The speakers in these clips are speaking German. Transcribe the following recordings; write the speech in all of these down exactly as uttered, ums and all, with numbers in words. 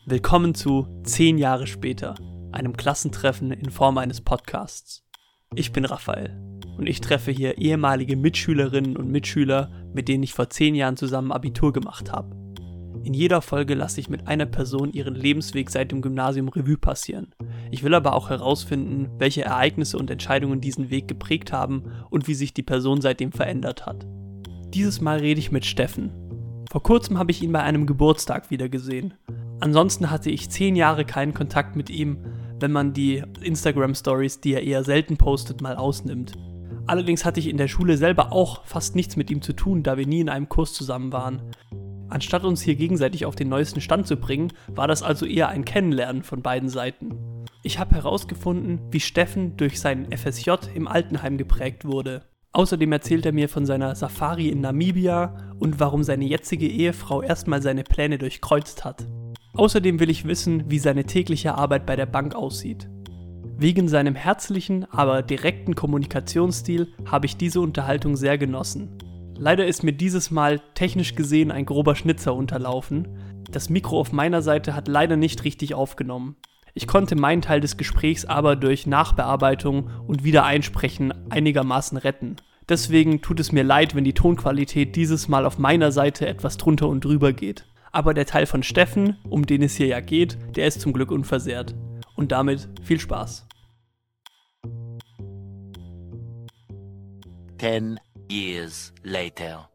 Willkommen zu zehn Jahre später, einem Klassentreffen in Form eines Podcasts. Ich bin Raphael und ich treffe hier ehemalige Mitschülerinnen und Mitschüler, mit denen ich vor zehn Jahren zusammen Abitur gemacht habe. In jeder Folge lasse ich mit einer Person ihren Lebensweg seit dem Gymnasium Revue passieren. Ich will aber auch herausfinden, welche Ereignisse und Entscheidungen diesen Weg geprägt haben und wie sich die Person seitdem verändert hat. Dieses Mal rede ich mit Steffen. Vor kurzem habe ich ihn bei einem Geburtstag wiedergesehen. Ansonsten hatte ich zehn Jahre keinen Kontakt mit ihm, wenn man die Instagram-Stories, die er eher selten postet, mal ausnimmt. Allerdings hatte ich in der Schule selber auch fast nichts mit ihm zu tun, da wir nie in einem Kurs zusammen waren. Anstatt uns hier gegenseitig auf den neuesten Stand zu bringen, war das also eher ein Kennenlernen von beiden Seiten. Ich habe herausgefunden, wie Steffen durch seinen F S J im Altenheim geprägt wurde. Außerdem erzählt er mir von seiner Safari in Namibia und warum seine jetzige Ehefrau erstmal seine Pläne durchkreuzt hat. Außerdem will ich wissen, wie seine tägliche Arbeit bei der Bank aussieht. Wegen seinem herzlichen, aber direkten Kommunikationsstil habe ich diese Unterhaltung sehr genossen. Leider ist mir dieses Mal technisch gesehen ein grober Schnitzer unterlaufen. Das Mikro auf meiner Seite hat leider nicht richtig aufgenommen. Ich konnte meinen Teil des Gesprächs aber durch Nachbearbeitung und Wiedereinsprechen einigermaßen retten. Deswegen tut es mir leid, wenn die Tonqualität dieses Mal auf meiner Seite etwas drunter und drüber geht. Aber der Teil von Steffen, um den es hier ja geht, der ist zum Glück unversehrt. Und damit viel Spaß. Ten years later.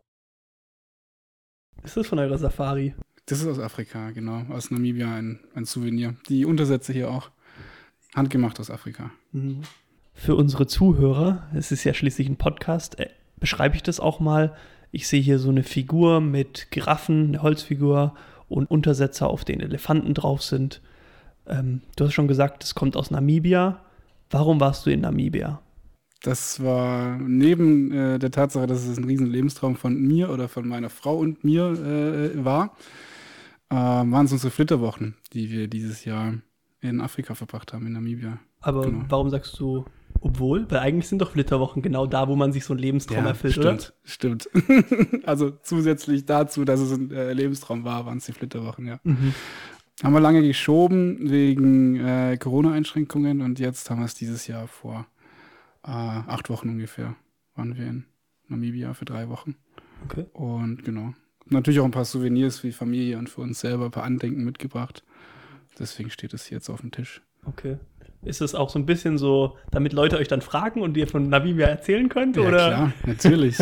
Ist das von eurer Safari? Das ist aus Afrika, genau. Aus Namibia ein, ein Souvenir. Die Untersätze hier auch. Handgemacht aus Afrika. Mhm. Für unsere Zuhörer, es ist ja schließlich ein Podcast, äh, beschreibe ich das auch mal. Ich sehe hier so eine Figur mit Giraffen, eine Holzfigur und Untersetzer, auf denen Elefanten drauf sind. Ähm, du hast schon gesagt, es kommt aus Namibia. Warum warst du in Namibia? Das war neben äh, der Tatsache, dass es ein riesen Lebenstraum von mir oder von meiner Frau und mir äh, war, äh, waren es unsere Flitterwochen, die wir dieses Jahr in Afrika verbracht haben, in Namibia. Aber genau. Warum sagst du obwohl? Weil eigentlich sind doch Flitterwochen genau da, wo man sich so einen Lebenstraum ja, erfüllt, stimmt, oder? Stimmt, Also zusätzlich dazu, dass es ein äh, Lebenstraum war, waren es die Flitterwochen, ja. Mhm. Haben wir lange geschoben wegen äh, Corona-Einschränkungen und jetzt haben wir es dieses Jahr vor äh, acht Wochen ungefähr, waren wir in Namibia für drei Wochen. Okay. Und genau, natürlich auch ein paar Souvenirs für die Familie und für uns selber, ein paar Andenken mitgebracht. Deswegen steht es hier jetzt auf dem Tisch. Okay. Ist es auch so ein bisschen so, damit Leute euch dann fragen und ihr von Namibia erzählen könnt? Ja, oder? Klar, natürlich.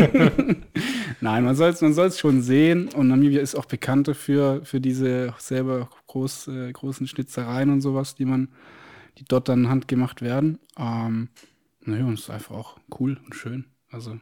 Nein, man soll es man soll's schon sehen. Und Namibia ist auch bekannt dafür, für diese selber groß, äh, großen Schnitzereien und sowas, die man, die dort dann handgemacht werden. Ähm, naja, und es ist einfach auch cool und schön. Also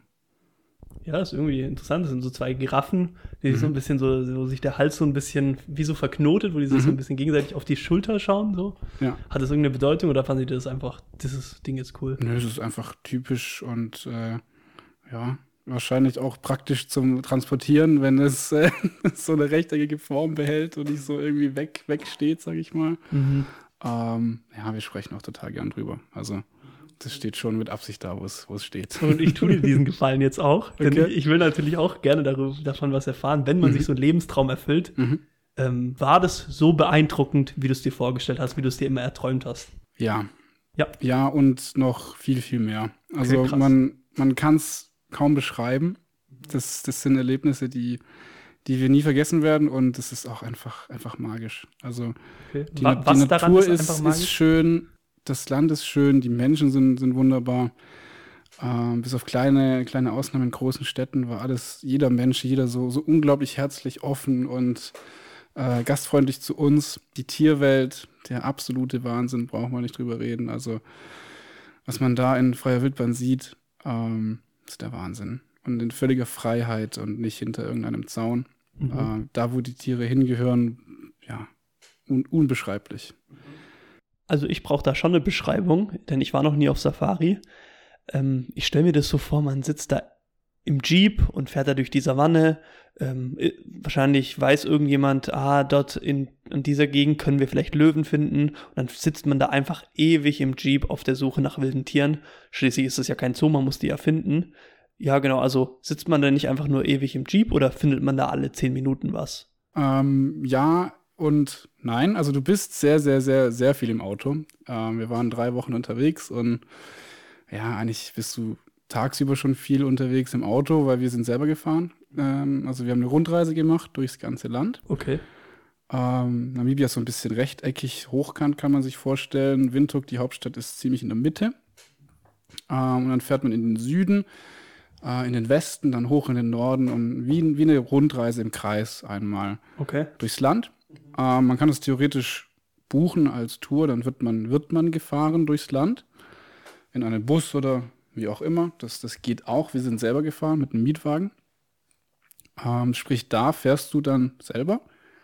Ja, ist irgendwie interessant. Das sind so zwei Giraffen, die sich Mhm. so ein bisschen so, so sich der Hals so ein bisschen wie so verknotet, wo die sich so ein Mhm. bisschen gegenseitig auf die Schulter schauen. So. ja, Hat das irgendeine Bedeutung oder fanden Sie das einfach, dieses Ding ist cool? nö, es ist einfach typisch und äh, ja, wahrscheinlich auch praktisch zum Transportieren, wenn es äh, so eine rechteckige Form behält und nicht so irgendwie weg, wegsteht, sag ich mal. Mhm. Ähm, ja, wir sprechen auch total gern drüber. Also das steht schon mit Absicht da, wo es wo es steht. Und ich tue dir diesen Gefallen jetzt auch, denn Okay. ich will natürlich auch gerne darüber, davon was erfahren, wenn man Mhm. sich so einen Lebenstraum erfüllt. Mhm. Ähm, war das so beeindruckend, wie du es dir vorgestellt hast, wie du es dir immer erträumt hast? Ja. Ja. Ja, und noch viel, viel mehr. Also Okay, krass. man, man kann es kaum beschreiben. Das, das sind Erlebnisse, die, die wir nie vergessen werden und es ist auch einfach, einfach magisch. Also Okay. die, Wa- die was daran Natur ist ist, einfach ist magisch? schön, das Land ist schön, die Menschen sind, sind wunderbar. Ähm, bis auf kleine, kleine Ausnahmen in großen Städten war alles, jeder Mensch, jeder so, so unglaublich herzlich, offen und äh, gastfreundlich zu uns. Die Tierwelt, der absolute Wahnsinn, brauchen wir nicht drüber reden. Also was man da in freier Wildbahn sieht, ähm, ist der Wahnsinn. Und in völliger Freiheit und nicht hinter irgendeinem Zaun. Mhm. Äh, da, wo die Tiere hingehören, ja, un- unbeschreiblich. Also ich brauche da schon eine Beschreibung, denn ich war noch nie auf Safari. Ähm, ich stelle mir das so vor, man sitzt da im Jeep und fährt da durch die Savanne. Ähm, äh, wahrscheinlich weiß irgendjemand, ah, dort in, in dieser Gegend können wir vielleicht Löwen finden. Und dann sitzt man da einfach ewig im Jeep auf der Suche nach wilden Tieren. Schließlich ist es ja kein Zoo, man muss die ja finden. Ja, genau, also sitzt man da nicht einfach nur ewig im Jeep oder findet man da alle zehn Minuten was? Ähm, ja, und nein. Also du bist sehr, sehr, sehr, sehr viel im Auto. Ähm, wir waren drei Wochen unterwegs und ja, eigentlich bist du tagsüber schon viel unterwegs im Auto, weil wir sind selber gefahren. Ähm, also wir haben eine Rundreise gemacht durchs ganze Land. Okay. Ähm, Namibia ist so ein bisschen rechteckig, hochkant kann man sich vorstellen. Windhoek, die Hauptstadt, ist ziemlich in der Mitte. Ähm, und dann fährt man in den Süden, äh, in den Westen, dann hoch in den Norden und wie, wie eine Rundreise im Kreis einmal Okay. durchs Land. Ähm, man kann es theoretisch buchen als Tour, dann wird man, wird man gefahren durchs Land in einem Bus oder wie auch immer. Das, das geht auch. Wir sind selber gefahren mit einem Mietwagen. Ähm, sprich, da fährst du dann selber.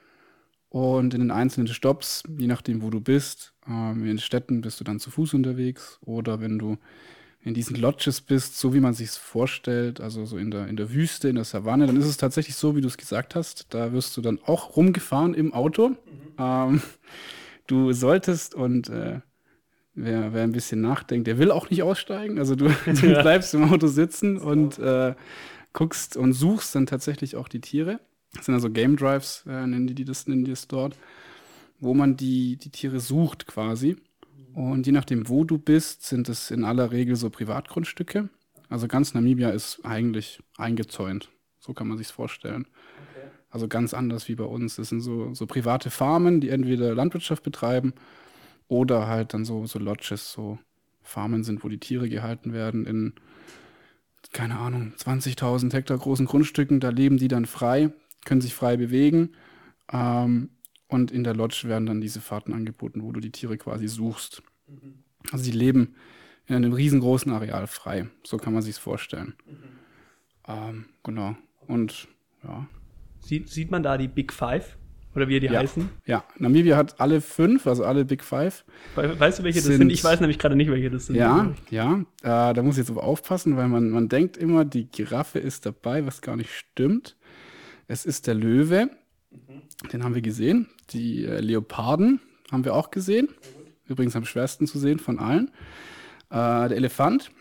Und in den einzelnen Stops, je nachdem, wo du bist, ähm, in den Städten bist du dann zu Fuß unterwegs. Oder wenn du in diesen Lodges bist, so wie man sich es vorstellt, also so in der, in der Wüste, in der Savanne, dann ist es tatsächlich so, wie du es gesagt hast. Da wirst du dann auch rumgefahren im Auto. Mhm. Ähm, du solltest und äh, wer, wer ein bisschen nachdenkt, der will auch nicht aussteigen. Also du, du Ja. bleibst im Auto sitzen und äh, guckst und suchst dann tatsächlich auch die Tiere. Das sind also Game Drives, äh, nennen die, die das, nennen die es dort, wo man die, die Tiere sucht quasi. Und je nachdem, wo du bist, sind es in aller Regel so Privatgrundstücke. Also ganz Namibia ist eigentlich eingezäunt. So kann man sich's vorstellen. Okay. Also ganz anders wie bei uns. Das sind so, so private Farmen, die entweder Landwirtschaft betreiben oder halt dann so, so Lodges, so Farmen sind, wo die Tiere gehalten werden in, keine Ahnung, zwanzigtausend Hektar großen Grundstücken. Da leben die dann frei, können sich frei bewegen. Ähm, und in der Lodge werden dann diese Fahrten angeboten, wo du die Tiere quasi suchst. Mhm. Also sie leben in einem riesengroßen Areal frei. So kann man sich's vorstellen. Mhm. Ähm, genau. Und ja. Sieht, sieht man da die Big Five? Oder wie die ja. heißen? Ja, Namibia hat alle fünf, also alle Big Five. Weißt du, welche sind, das sind? Ich weiß nämlich gerade nicht, welche das sind. Ja, ja. Äh, da muss ich jetzt aber aufpassen, weil man, man denkt immer, die Giraffe ist dabei, was gar nicht stimmt. Es ist der Löwe. Mhm. Den haben wir gesehen. Die äh, Leoparden haben wir auch gesehen. Mhm. Übrigens am schwersten zu sehen von allen. Äh, der Elefant.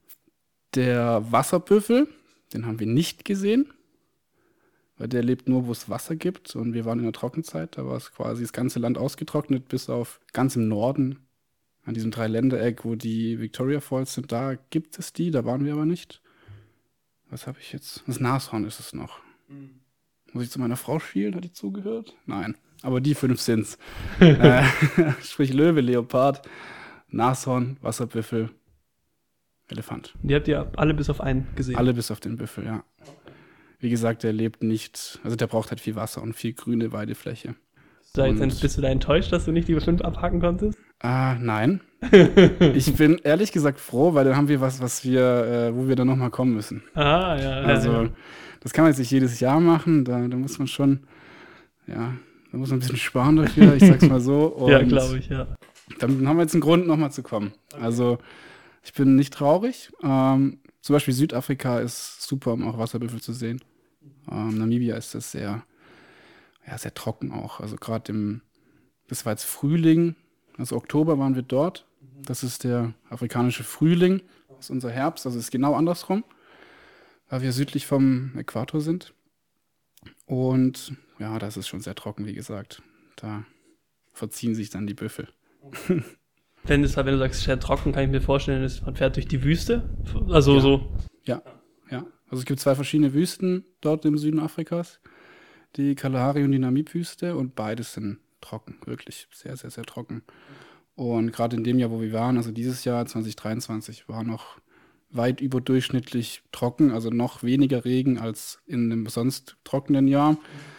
Der Wasserbüffel. Den haben wir nicht gesehen. Weil der lebt nur, wo es Wasser gibt. Und wir waren in der Trockenzeit. Da war es quasi das ganze Land ausgetrocknet, bis auf ganz im Norden, an diesem Dreiländereck, wo die Victoria Falls sind. Da gibt es die, da waren wir aber nicht. Was habe ich jetzt? Das Nashorn ist es noch. Mhm. Muss ich zu meiner Frau schielen? Hat die zugehört? Nein. Aber die fünf sind's. äh, sprich Löwe, Leopard, Nashorn, Wasserbüffel, Elefant. Die habt ihr alle bis auf einen gesehen? Alle bis auf den Büffel, ja. Wie gesagt, der lebt nicht, also der braucht halt viel Wasser und viel grüne Weidefläche. Da jetzt, bist du da enttäuscht, dass du nicht die fünf abhaken konntest? Ah, nein. Ich bin ehrlich gesagt froh, weil dann haben wir was, was wir, äh, wo wir dann nochmal kommen müssen. Ah, ja. Also, ja, ja. Das kann man jetzt nicht jedes Jahr machen, da, da muss man schon, ja, da muss man ein bisschen sparen dafür, ich sag's mal so. Und ja, glaube ich, ja. Dann haben wir jetzt einen Grund, nochmal zu kommen. Okay. Also, ich bin nicht traurig. Ähm, zum Beispiel Südafrika ist super, um auch Wasserbüffel zu sehen. Ähm, Namibia ist das sehr, ja, sehr trocken auch. Also gerade im, das war jetzt Frühling, also Oktober waren wir dort. Das ist der afrikanische Frühling, das ist unser Herbst, also ist genau andersrum, weil wir südlich vom Äquator sind. Und ja, das ist schon sehr trocken, wie gesagt. Da verziehen sich dann die Büffel. Wenn, es, wenn du sagst, sehr trocken, kann ich mir vorstellen, dass man fährt durch die Wüste. Also ja. so. Ja, ja. Also es gibt zwei verschiedene Wüsten dort im Süden Afrikas. Die Kalahari und die Namib-Wüste. Und beides sind trocken, wirklich sehr, sehr, sehr trocken. Und gerade in dem Jahr, wo wir waren, also dieses Jahr zwanzig dreiundzwanzig, war noch weit überdurchschnittlich trocken, also noch weniger Regen als in einem sonst trockenen Jahr.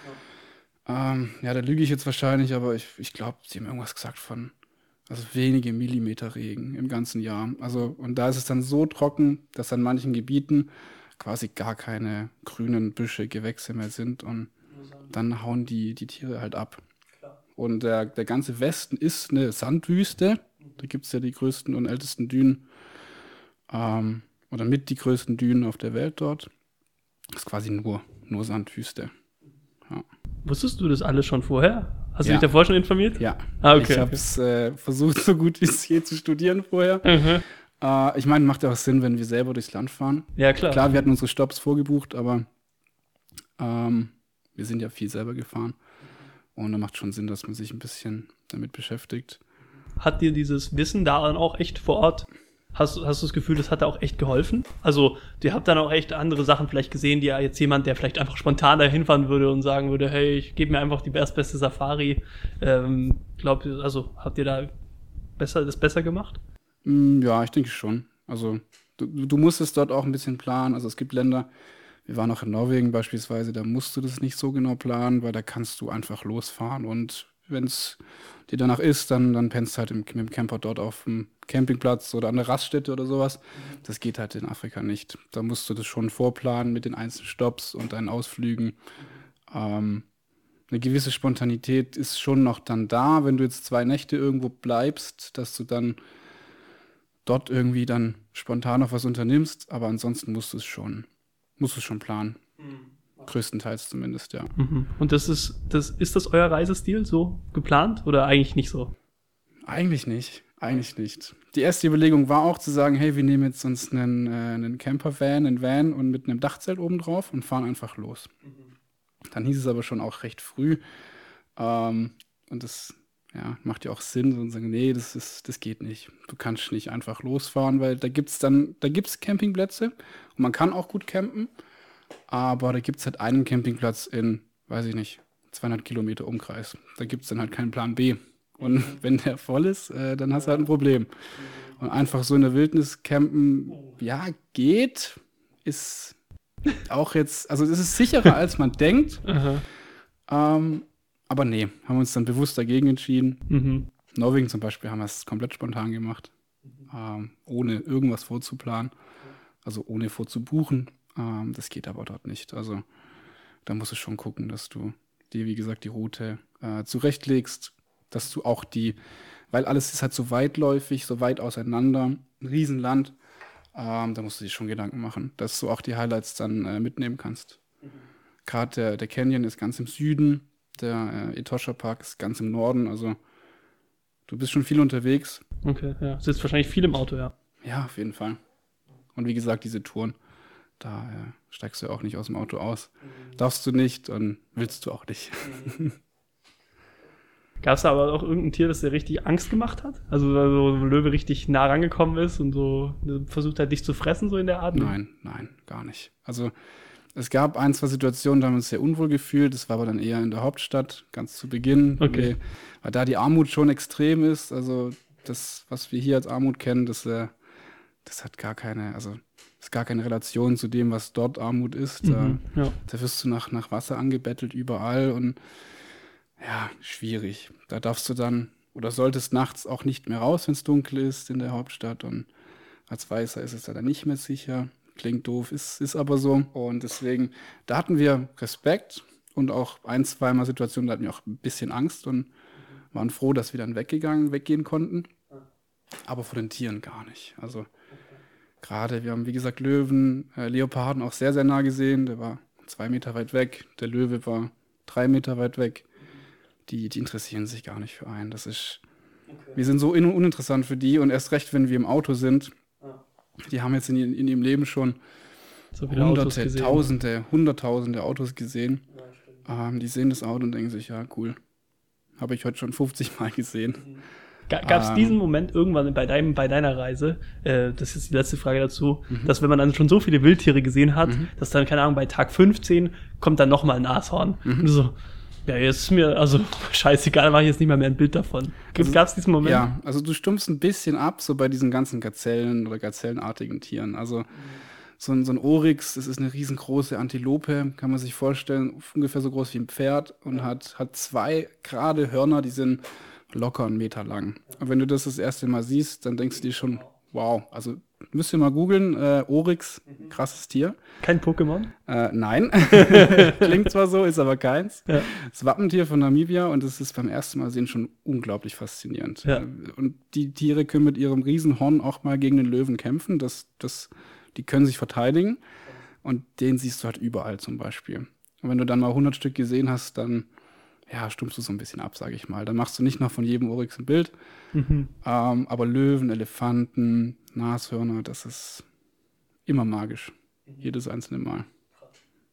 Ja, ähm, ja da lüge ich jetzt wahrscheinlich, aber ich, ich glaube, sie haben irgendwas gesagt von also wenige Millimeter Regen im ganzen Jahr. Also, und da ist es dann so trocken, dass an manchen Gebieten quasi gar keine grünen Büsche, Gewächse mehr sind und dann hauen die, die Tiere halt ab. Klar. Und der, der ganze Westen ist eine Sandwüste. Da gibt es ja die größten und ältesten Dünen ähm, oder mit die größten Dünen auf der Welt dort. Das ist quasi nur, nur Sandwüste. Ja. Wusstest du das alles schon vorher? Hast ja. du dich davor schon informiert? Ja. Ah, okay, ich habe es okay. äh, versucht, so gut wie es geht zu studieren vorher. Mhm. Äh, ich meine, macht ja auch Sinn, wenn wir selber durchs Land fahren. Ja, klar. Klar, wir hatten unsere Stopps vorgebucht, aber ähm, wir sind ja viel selber gefahren. Und da macht schon Sinn, dass man sich ein bisschen damit beschäftigt. Hat dir dieses Wissen da dann auch echt vor Ort, hast, hast du das Gefühl, das hat da auch echt geholfen? Also, ihr habt dann auch echt andere Sachen vielleicht gesehen, die ja jetzt jemand, der vielleicht einfach spontan da hinfahren würde und sagen würde, hey, ich gebe mir einfach die erstbeste Safari. Ähm, glaubt ihr, also habt ihr da besser, das besser gemacht? Ja, ich denke schon. Also du, du musst es dort auch ein bisschen planen. Also es gibt Länder, wir waren auch in Norwegen beispielsweise, da musst du das nicht so genau planen, weil da kannst du einfach losfahren und wenn es dir danach ist, dann, dann pennst du halt im, mit dem Camper dort auf dem Campingplatz oder an der Raststätte oder sowas. Das geht halt in Afrika nicht. Da musst du das schon vorplanen mit den einzelnen Stopps und deinen Ausflügen. Ähm, eine gewisse Spontanität ist schon noch dann da, wenn du jetzt zwei Nächte irgendwo bleibst, dass du dann dort irgendwie dann spontan noch was unternimmst, aber ansonsten musst du es schon, musst du es schon planen. Größtenteils zumindest, ja. Mhm. Und das ist, das, ist das euer Reisestil so geplant oder eigentlich nicht so? Eigentlich nicht, eigentlich nicht. Die erste Überlegung war auch zu sagen, hey, wir nehmen jetzt uns einen, äh, einen Camper-Van, einen Van und mit einem Dachzelt oben drauf und fahren einfach los. Mhm. Dann hieß es aber schon auch recht früh, ähm, und das ja, macht ja auch Sinn, und sagen, nee, das ist, das geht nicht. Du kannst nicht einfach losfahren, weil da gibt's dann, da gibt's Campingplätze und man kann auch gut campen, aber da gibt's halt einen Campingplatz in, weiß ich nicht, zweihundert Kilometer Umkreis. Da gibt's dann halt keinen Plan B. Und wenn der voll ist, äh, dann hast du halt ein Problem. Und einfach so in der Wildnis campen, ja, geht, ist auch jetzt, also es ist sicherer, als man denkt. ähm, Aber nee, haben wir uns dann bewusst dagegen entschieden. Mhm. Norwegen zum Beispiel haben wir es komplett spontan gemacht, mhm. ähm, ohne irgendwas vorzuplanen, also ohne vorzubuchen. Ähm, das geht aber dort nicht. Also da musst du schon gucken, dass du dir, wie gesagt, die Route äh, zurechtlegst, dass du auch die, weil alles ist halt so weitläufig, so weit auseinander, ein Riesenland, ähm, da musst du dir schon Gedanken machen, dass du auch die Highlights dann äh, mitnehmen kannst. Mhm. Gerade der, der Canyon ist ganz im Süden, der äh, Etosha Park ist ganz im Norden, also du bist schon viel unterwegs. Okay, ja. Sitzt wahrscheinlich viel im Auto, ja. Ja, auf jeden Fall. Und wie gesagt, diese Touren, da äh, steigst du auch nicht aus dem Auto aus. Mhm. Darfst du nicht und willst du auch nicht. Mhm. Gab es da aber auch irgendein Tier, das dir richtig Angst gemacht hat? Also so ein Löwe richtig nah rangekommen ist und so versucht hat, dich zu fressen, so in der Art? Nein, nein, gar nicht. Also es gab ein, zwei Situationen, da haben wir uns sehr unwohl gefühlt. Das war aber dann eher in der Hauptstadt, ganz zu Beginn. Okay. Weil da die Armut schon extrem ist. Also das, was wir hier als Armut kennen, das, äh, das hat gar keine, also ist gar keine Relation zu dem, was dort Armut ist. Mhm, da, ja. da wirst du nach, nach Wasser angebettelt überall und ja, schwierig. Da darfst du dann oder solltest nachts auch nicht mehr raus, wenn es dunkel ist in der Hauptstadt. Und als Weißer ist es da dann nicht mehr sicher. Klingt doof, ist, ist aber so. Und deswegen, da hatten wir Respekt und auch ein, zweimal Situationen, da hatten wir auch ein bisschen Angst und waren froh, dass wir dann weggegangen, weggehen konnten. Aber vor den Tieren gar nicht. Also gerade, wir haben wie gesagt Löwen, äh, Leoparden auch sehr, sehr nah gesehen. Der war zwei Meter weit weg. Der Löwe war drei Meter weit weg. Die, die interessieren sich gar nicht für einen. Das ist, okay. Wir sind so un- uninteressant für die und erst recht, wenn wir im Auto sind. Die haben jetzt in, in ihrem Leben schon so hunderte, tausende, hunderttausende Autos gesehen. Ja, ähm, die sehen das Auto und denken sich, ja, cool. Habe ich heute schon fünfzig Mal gesehen. Mhm. Gab es ähm, diesen Moment irgendwann bei, deinem, bei deiner Reise, äh, das ist die letzte Frage dazu, mhm. dass wenn man dann schon so viele Wildtiere gesehen hat, mhm. dass dann, keine Ahnung, bei Tag fünfzehn kommt dann nochmal ein Nashorn. Mhm. Und so, ja, jetzt ist mir, also scheißegal, mache ich jetzt nicht mal mehr ein Bild davon. Also, Gab es diesen Moment? Ja, also du stumpfst ein bisschen ab, so bei diesen ganzen Gazellen oder gazellenartigen Tieren. Also mhm. so, ein, so ein Oryx, das ist eine riesengroße Antilope, kann man sich vorstellen, ungefähr so groß wie ein Pferd und ja. hat, hat zwei gerade Hörner, die sind locker einen Meter lang. Und wenn du das das erste Mal siehst, dann denkst du dir schon, wow, also müsst ihr mal googeln, äh, Oryx, krasses Tier. Kein Pokémon? Äh, nein, klingt zwar so, ist aber keins. Ja. Das Wappentier von Namibia und das ist beim ersten Mal sehen schon unglaublich faszinierend. Ja. Und die Tiere können mit ihrem Riesenhorn auch mal gegen den Löwen kämpfen, das, das, die können sich verteidigen und den siehst du halt überall zum Beispiel. Und wenn du dann mal hundert Stück gesehen hast, dann ja, stummst du so ein bisschen ab, sage ich mal. Dann machst du nicht noch von jedem Oryx ein Bild. Mhm. Ähm, aber Löwen, Elefanten, Nashörner, das ist immer magisch. Mhm. Jedes einzelne Mal.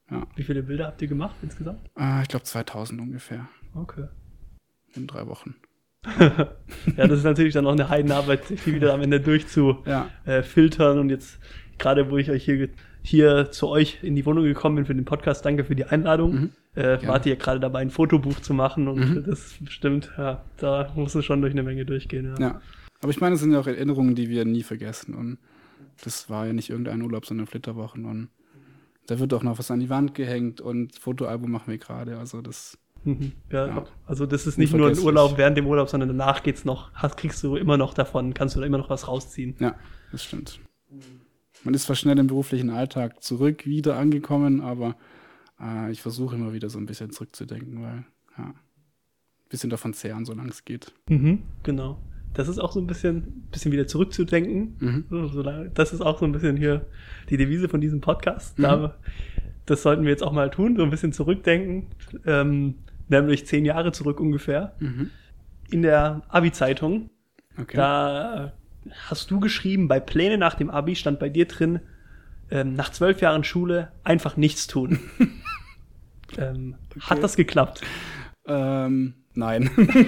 Ja. Wie viele Bilder habt ihr gemacht insgesamt? Äh, ich glaube zweitausend ungefähr. Okay. In drei Wochen. Ja, das ist natürlich dann auch eine Heidenarbeit, sich die wieder am Ende durchzufiltern. Ja. Äh, und jetzt, gerade wo ich euch hier, hier zu euch in die Wohnung gekommen bin für den Podcast, danke für die Einladung. Mhm. Äh, wart ihr gerade dabei, ein Fotobuch zu machen und Mhm. das ist bestimmt, ja, da musst du schon durch eine Menge durchgehen. Ja. Ja. Aber ich meine, es sind ja auch Erinnerungen, die wir nie vergessen. Und das war ja nicht irgendein Urlaub, sondern Flitterwochen. Und da wird auch noch was an die Wand gehängt und Fotoalbum machen wir gerade. Also das. Mhm. Ja, Ja. Also das ist nicht nur ein Unvergesslich. Urlaub während dem Urlaub, sondern danach geht's noch, hast, kriegst du immer noch davon, kannst du da immer noch was rausziehen. Ja, das stimmt. Man ist zwar schnell im beruflichen Alltag zurück, wieder angekommen, aber äh, ich versuche immer wieder so ein bisschen zurückzudenken, weil ja, ein bisschen davon zehren, solange es geht. Mhm, genau. Das ist auch so ein bisschen, bisschen wieder zurückzudenken. Mhm. So, solange- Das ist auch so ein bisschen hier die Devise von diesem Podcast. Mhm. Da, das sollten wir jetzt auch mal tun, so ein bisschen zurückdenken. Ähm, nämlich zehn Jahre zurück ungefähr. Mhm. In der Abi-Zeitung, Okay. da hast du geschrieben, bei Pläne nach dem Abi stand bei dir drin, ähm, nach zwölf Jahren Schule einfach nichts tun. ähm, Hat das geklappt? Ähm, nein.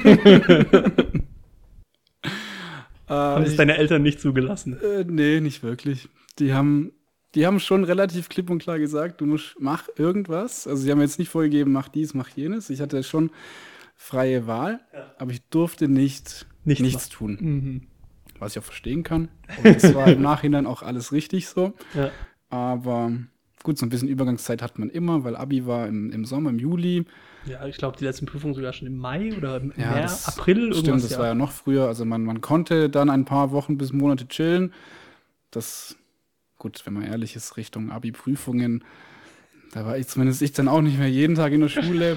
Haben äh, es ich, deine Eltern nicht zugelassen? äh, nee, nicht wirklich. Die haben, die haben schon relativ klipp und klar gesagt, du musst, mach irgendwas. Also sie haben jetzt nicht vorgegeben, mach dies, mach jenes. Ich hatte schon freie Wahl, aber ich durfte nicht Nichts nichts, tun. Mhm. Was ich auch verstehen kann. Und das war im Nachhinein auch alles richtig so. Ja. Aber gut, so ein bisschen Übergangszeit hat man immer, weil Abi war im, im Sommer, im Juli. Ja, ich glaube, die letzten Prüfungen sogar schon im Mai oder im Ja, März, das April, irgendwas. Stimmt, das ja. war ja noch früher. Also man, man konnte dann ein paar Wochen bis Monate chillen. Das, gut, wenn man ehrlich ist, Richtung Abi-Prüfungen, da war ich zumindest ich dann auch nicht mehr jeden Tag in der Schule.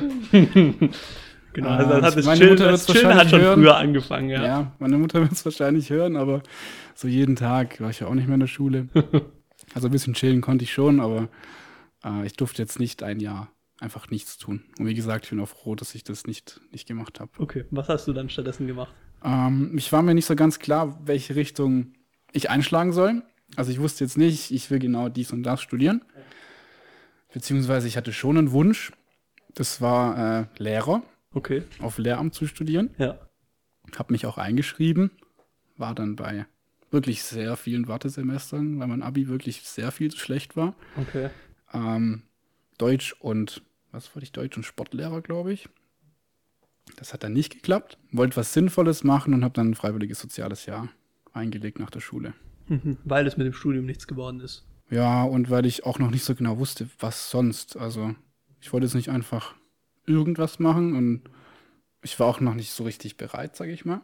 Genau, Ah, also dann hat das meine Chillen, Mutter das wird's Chillen hat schon wahrscheinlich hören. früher angefangen, ja. Ja, meine Mutter wird es wahrscheinlich hören, aber so jeden Tag war ich ja auch nicht mehr in der Schule. Also ein bisschen chillen konnte ich schon, aber äh, ich durfte jetzt nicht ein Jahr einfach nichts tun. Und wie gesagt, ich bin auch froh, dass ich das nicht, nicht gemacht habe. Okay, was hast du dann stattdessen gemacht? Ähm, ich war mir nicht so ganz klar, welche Richtung ich einschlagen soll. Also ich wusste jetzt nicht, ich will genau dies und das studieren. Beziehungsweise ich hatte schon einen Wunsch. Das war äh, Lehrer Okay, auf Lehramt zu studieren. ja. Habe mich auch eingeschrieben. War dann bei wirklich sehr vielen Wartesemestern, weil mein Abi wirklich sehr viel zu schlecht war. Okay. Ähm, Deutsch und, was wollte ich, Deutsch und Sportlehrer, glaube ich. Das hat dann nicht geklappt. Wollte was Sinnvolles machen und habe dann ein freiwilliges soziales Jahr eingelegt nach der Schule. Mhm. Weil es mit dem Studium nichts geworden ist. Ja, und weil ich auch noch nicht so genau wusste, was sonst. Also ich wollte jetzt nicht einfach irgendwas machen und ich war auch noch nicht so richtig bereit, sage ich mal.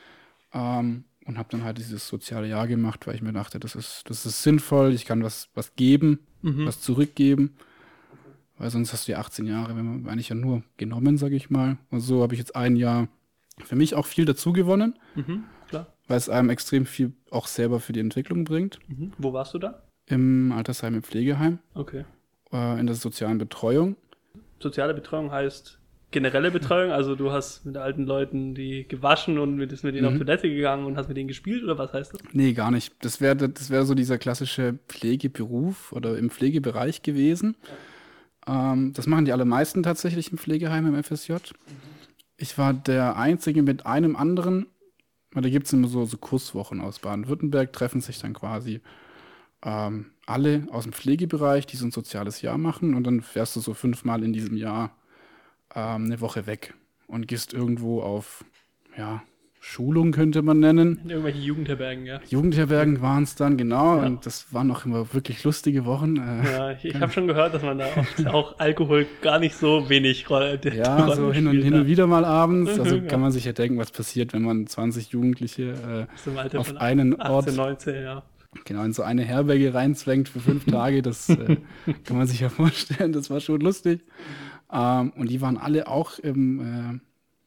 Ähm, und habe dann halt dieses soziale Jahr gemacht, weil ich mir dachte, das ist, das ist sinnvoll, ich kann was, was geben, Mhm. was zurückgeben. Weil sonst hast du ja achtzehn Jahre, wenn man eigentlich ja nur genommen, sage ich mal. Und so habe ich jetzt ein Jahr für mich auch viel dazu gewonnen, Mhm. Klar. weil es einem extrem viel auch selber für die Entwicklung bringt. Mhm. Wo warst du da? Im Altersheim, im Pflegeheim, Okay. äh, in der sozialen Betreuung. Soziale Betreuung heißt generelle Betreuung, also du hast mit alten Leuten die gewaschen und mit, bist mit denen auf Mhm. Toilette gegangen und hast mit denen gespielt oder was heißt das? Nee, gar nicht. Das wäre das wär so dieser klassische Pflegeberuf oder im Pflegebereich gewesen. Ähm, das machen die allermeisten tatsächlich im Pflegeheim, im F S J. Ich war der Einzige mit einem anderen, weil da gibt es immer so, so Kurswochen aus Baden-Württemberg, treffen sich dann quasi ähm, alle aus dem Pflegebereich, die so ein soziales Jahr machen und dann fährst du so fünfmal in diesem Jahr ähm, eine Woche weg und gehst irgendwo auf, ja, Schulung könnte man nennen. In irgendwelche Jugendherbergen, ja. Jugendherbergen waren es dann, genau. Ja. Und das waren auch immer wirklich lustige Wochen. Äh, Ja, ich, ich habe schon gehört, dass man da oft auch Alkohol gar nicht so wenig Rolle ja, Rolle so hin und, spielt, hin ja. und wieder mal abends. Also Mhm, ja. kann man sich ja denken, was passiert, wenn man zwanzig Jugendliche So im Alter auf von einen Ort, achtzehn, neunzehn, ja. genau, in so eine Herberge reinzwängt für fünf Tage. Das äh, kann man sich ja vorstellen. Das war schon lustig. Ähm, und die waren alle auch im, äh,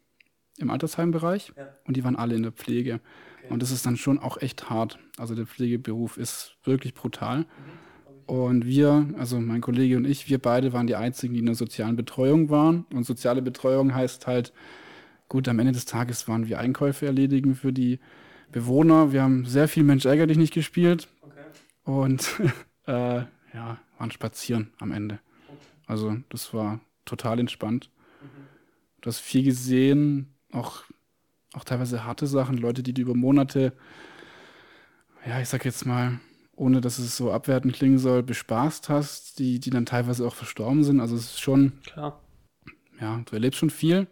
im Altersheimbereich Ja. und die waren alle in der Pflege. Und das ist dann schon auch echt hart. Also der Pflegeberuf ist wirklich brutal. Und wir, also mein Kollege und ich, wir beide waren die Einzigen, die in der sozialen Betreuung waren. Und soziale Betreuung heißt halt, gut, am Ende des Tages waren wir Einkäufe erledigen für die Bewohner. Wir haben sehr viel Mensch ärger dich nicht gespielt Okay. und äh, ja, waren spazieren am Ende. Also das war total entspannt. Du hast viel gesehen, auch, auch teilweise harte Sachen, Leute, die du über Monate, ja, ich sag jetzt mal, ohne dass es so abwertend klingen soll, bespaßt hast, die, die dann teilweise auch verstorben sind. Also es ist schon, Klar. ja, du erlebst schon viel,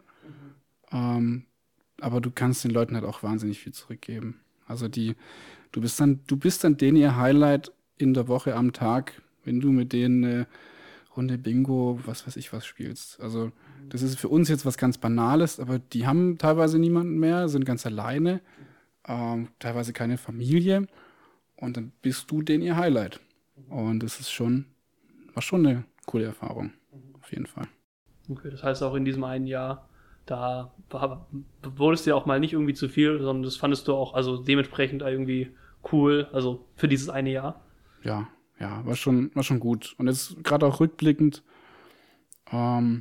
ähm, aber du kannst den Leuten halt auch wahnsinnig viel zurückgeben. Also die, du bist dann, du bist dann denen ihr Highlight in der Woche am Tag, wenn du mit denen eine Runde Bingo, was weiß ich was spielst. Also das ist für uns jetzt was ganz Banales, aber die haben teilweise niemanden mehr, sind ganz alleine, ähm, teilweise keine Familie und dann bist du denen ihr Highlight. Und das ist schon, war schon eine coole Erfahrung, auf jeden Fall. Okay, das heißt auch in diesem einen Jahr, da war, wurde es dir auch mal nicht irgendwie zu viel, sondern das fandest du auch, also dementsprechend irgendwie cool, also für dieses eine Jahr. Ja, ja, war schon, war schon gut. Und jetzt gerade auch rückblickend, ähm,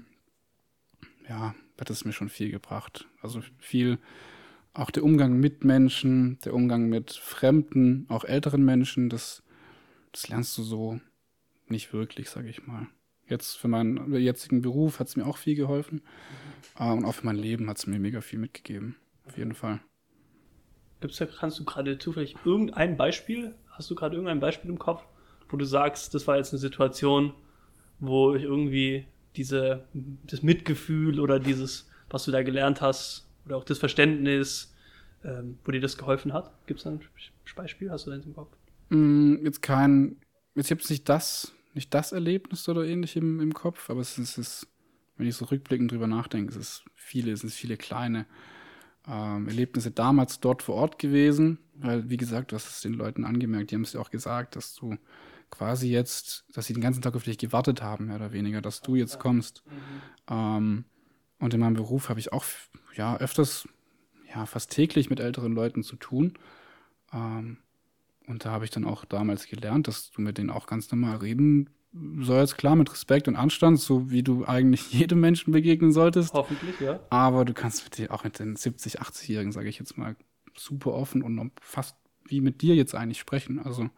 ja, hat es mir schon viel gebracht. Also viel, auch der Umgang mit Menschen, der Umgang mit Fremden, auch älteren Menschen, das, das lernst du so nicht wirklich, sage ich mal. Jetzt für meinen jetzigen Beruf hat es mir auch viel geholfen. Mhm. Äh, und auch für mein Leben hat es mir mega viel mitgegeben. Auf jeden Fall. Gibt's da, kannst du gerade zufällig irgendein Beispiel, hast du gerade irgendein Beispiel im Kopf, wo du sagst, das war jetzt eine Situation, wo ich irgendwie diese, das Mitgefühl oder dieses, was du da gelernt hast, oder auch das Verständnis, ähm, wo dir das geholfen hat? Gibt es da ein Beispiel? Hast du das im Kopf? Mm, jetzt kein, jetzt habe ich nicht das, nicht das Erlebnis oder ähnlich im, im Kopf, aber es ist, es ist, wenn ich so rückblickend drüber nachdenke, es ist viele, es sind viele kleine ähm, Erlebnisse damals dort vor Ort gewesen, weil, wie gesagt, du hast es den Leuten angemerkt, die haben es ja auch gesagt, dass du quasi jetzt, dass sie den ganzen Tag auf dich gewartet haben, mehr oder weniger, dass du jetzt kommst. Mhm. Ähm, und in meinem Beruf habe ich auch ja öfters, ja fast täglich mit älteren Leuten zu tun. Ähm, und da habe ich dann auch damals gelernt, dass du mit denen auch ganz normal reden sollst, klar mit Respekt und Anstand, so wie du eigentlich jedem Menschen begegnen solltest. Hoffentlich, ja. Aber du kannst mit dir auch mit den siebzig-, achtzigjährigen, sage ich jetzt mal, super offen und fast wie mit dir jetzt eigentlich sprechen. Also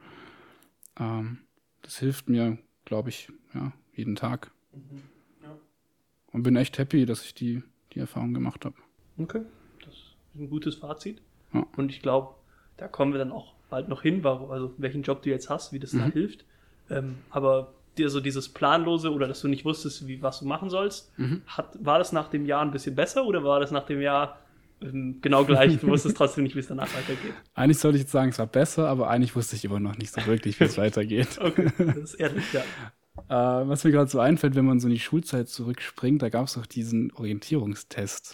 ähm, das hilft mir, glaube ich, ja, jeden Tag. Mhm. Ja. Und bin echt happy, dass ich die, die Erfahrung gemacht habe. Okay, das ist ein gutes Fazit. Ja. Und ich glaube, da kommen wir dann auch bald noch hin, also welchen Job du jetzt hast, wie das mhm. da hilft. Ähm, aber dir so dieses Planlose oder dass du nicht wusstest, wie, was du machen sollst, mhm. hat, war das nach dem Jahr ein bisschen besser oder war das nach dem Jahr ähm, genau gleich? Du wusstest trotzdem nicht, wie es danach weitergeht. Eigentlich sollte ich jetzt sagen, es war besser, aber eigentlich wusste ich immer noch nicht so wirklich, wie es weitergeht. Okay, das ist ehrlich, ja. Äh, was mir gerade so einfällt, wenn man so in die Schulzeit zurückspringt, da gab es doch diesen Orientierungstest.